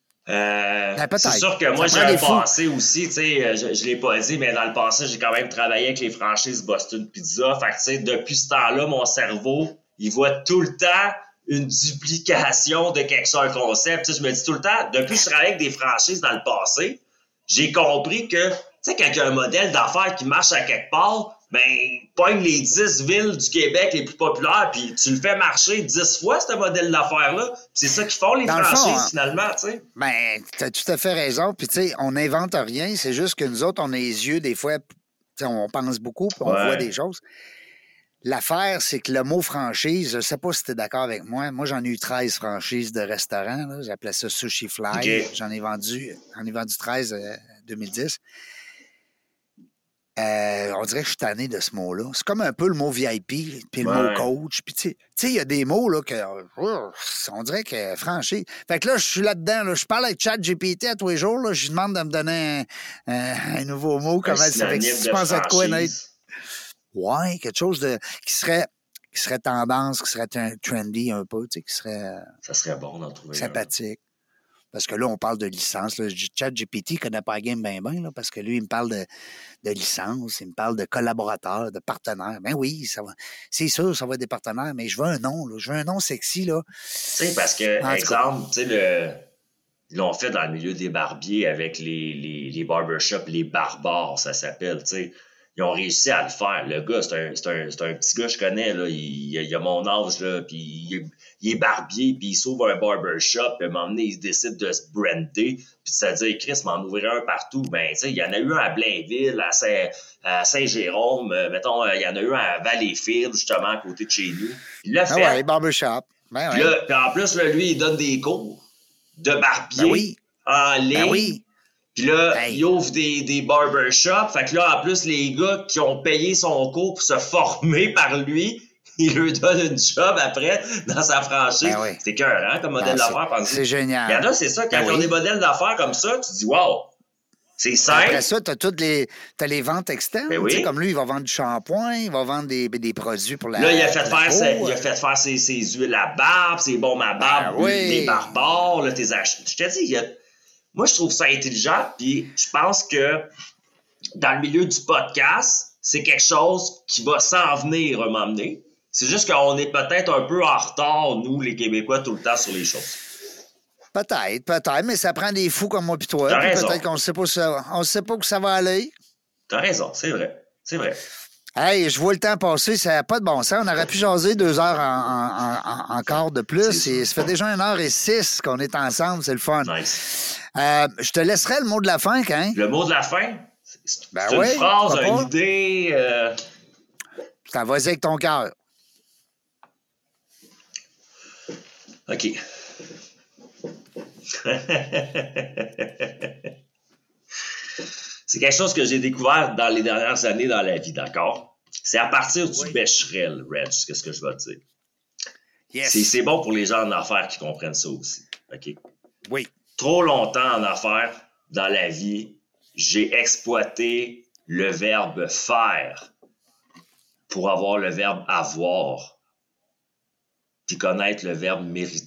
C'est sûr que moi, j'ai un passé aussi, tu sais, je l'ai pas dit, mais dans le passé, j'ai quand même travaillé avec les franchises Boston Pizza. Fait que, tu sais, depuis ce temps-là, mon cerveau, il voit tout le temps une duplication de quelque chose, un concept. Tu sais, je me dis tout le temps, depuis que je travaille avec des franchises dans le passé, j'ai compris que, tu sais, quand il y a un modèle d'affaires qui marche à quelque part, ben, pogne les 10 villes du Québec les plus populaires, puis tu le fais marcher 10 fois, ce modèle d'affaires-là. C'est ça qu'ils font, les franchises, finalement, tu sais. Ben, t'as tout à fait raison. Puis, tu sais, on n'invente rien. C'est juste que nous autres, on a les yeux, des fois, on pense beaucoup, puis on voit des choses. L'affaire, c'est que le mot franchise, je ne sais pas si tu es d'accord avec moi. Moi, j'en ai eu 13 franchises de restaurants. Là. J'appelais ça Sushi Fly. Okay. J'en ai vendu 13 en 2010. On dirait que je suis tanné de ce mot-là. C'est comme un peu le mot VIP, puis le mot coach. Puis tu sais, il y a des mots là que on dirait que franchi. Fait que là, je suis là-dedans. Là, je parle avec ChatGPT à tous les jours. Là, je lui demande de me donner un nouveau mot. Comment ça fait que tu penses à quoi, Nate? Ouais, quelque chose qui serait tendance, qui serait trendy un peu, tu sais, qui serait... Ça serait bon d'en trouver sympathique. Parce que là, on parle de licence. Là. ChatGPT ne connaît pas la game bien, parce que lui, il me parle de licence, il me parle de collaborateurs, de partenaires. Ben oui, ça va. C'est sûr, ça va être des partenaires, mais je veux un nom, là. Je veux un nom sexy, là. Tu sais, parce que, exemple, tu sais, ils l'ont fait dans le milieu des barbiers avec les barbershops, les barbares, ça s'appelle, tu sais. Ils ont réussi à le faire. Le gars, c'est un petit gars que je connais, là. Il a mon âge, là, puis il est barbier, puis il s'ouvre un barbershop, puis à un moment donné, il décide de se brander, puis de se dire, Chris, m'en ouvrir un partout. Ben, tu sais, il y en a eu un à Blainville, à Saint-Jérôme, mettons, il y en a eu un à Valleyfield, justement, à côté de chez nous. Il l'a fait. Ouais, barbershop. Ben, puis, là, puis en plus, là, lui, il donne des cours de barbier en ligne. Ben oui. Puis là, il ouvre des barbershops. Fait que là, en plus, les gars qui ont payé son cours pour se former par lui, il leur donne une job après dans sa franchise. Ben oui. C'est écœurant comme modèle d'affaires. C'est génial. Il y en a, c'est ça. Quand ils ont des modèles d'affaires comme ça, tu dis, wow, c'est simple. Après ça, t'as les ventes externes. Ben oui. Comme lui, il va vendre du shampoing, il va vendre des produits pour la Là, il a fait faire ses huiles à barbe, ses baumes à barbe, les barbares, là, tes achats. Je te dis, moi, je trouve ça intelligent, puis je pense que dans le milieu du podcast, c'est quelque chose qui va s'en venir un moment donné. C'est juste qu'on est peut-être un peu en retard, nous, les Québécois, tout le temps sur les choses. Peut-être, mais ça prend des fous comme moi puis toi. T'as raison. Peut-être qu'on ne sait pas où ça va aller. T'as raison, c'est vrai. C'est vrai. Hey, je vois le temps passer, ça n'a pas de bon sens. On aurait pu jaser 2 heures encore de plus. Et ça fait déjà 1h06 qu'on est ensemble, c'est le fun. Nice. Je te laisserai le mot de la fin, hein? Le mot de la fin? C'est une phrase, une idée. T'en vas-y avec ton cœur. OK. C'est quelque chose que j'ai découvert dans les dernières années dans la vie, d'accord? C'est à partir du Becherel, Reg, qu'est-ce que je vais te dire. Yes. C'est bon pour les gens en affaires qui comprennent ça aussi, OK? Oui. Trop longtemps en affaires, dans la vie, j'ai exploité le verbe « faire » pour avoir le verbe « avoir » puis connaître le verbe « mériter ».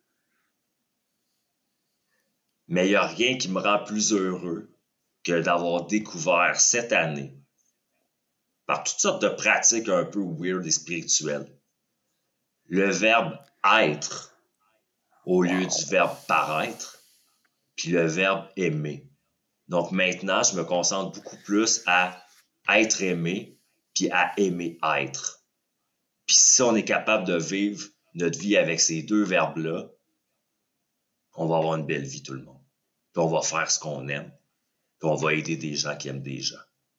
Mais il n'y a rien qui me rend plus heureux que d'avoir découvert cette année, par toutes sortes de pratiques un peu weird et spirituelles, le verbe être au lieu du verbe paraître, puis le verbe aimer. Donc maintenant, je me concentre beaucoup plus à être aimé, puis à aimer être. Puis si on est capable de vivre notre vie avec ces 2 verbes-là, on va avoir une belle vie, tout le monde. Puis on va faire ce qu'on aime. Puis on va aider des gens qui aiment des gens.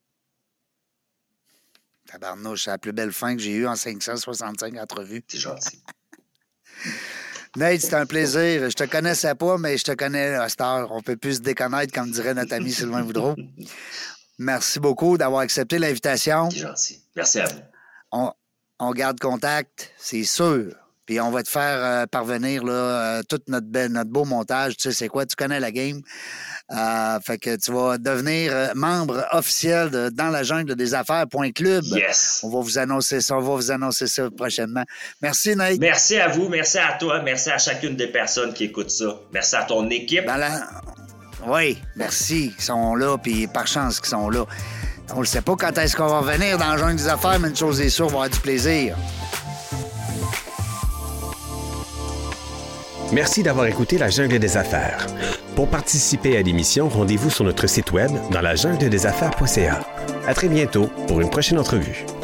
Tabarnouche, c'est la plus belle fin que j'ai eue en 565 entrevues. T'es gentil. Nate, c'était un plaisir. Je te connaissais pas, mais je te connais à cette heure. On peut plus se déconnaître, comme dirait notre ami Sylvain Boudreau. Merci beaucoup d'avoir accepté l'invitation. T'es gentil. Merci à vous. On garde contact, c'est sûr. Puis on va te faire parvenir là, tout notre beau montage. Tu sais c'est quoi? Tu connais la game. Fait que tu vas devenir membre officiel dans la jungle des affaires.club. Yes. On va vous annoncer ça prochainement. Merci, Nate. Merci à vous, merci à toi, merci à chacune des personnes qui écoutent ça. Merci à ton équipe. Oui, merci. Ils sont là, puis par chance qu'ils sont là. On ne sait pas quand est-ce qu'on va revenir dans la jungle des affaires, mais une chose est sûre, on va avoir du plaisir. Merci d'avoir écouté La Jungle des Affaires. Pour participer à l'émission, rendez-vous sur notre site web dans lajungledesaffaires.ca. À très bientôt pour une prochaine entrevue.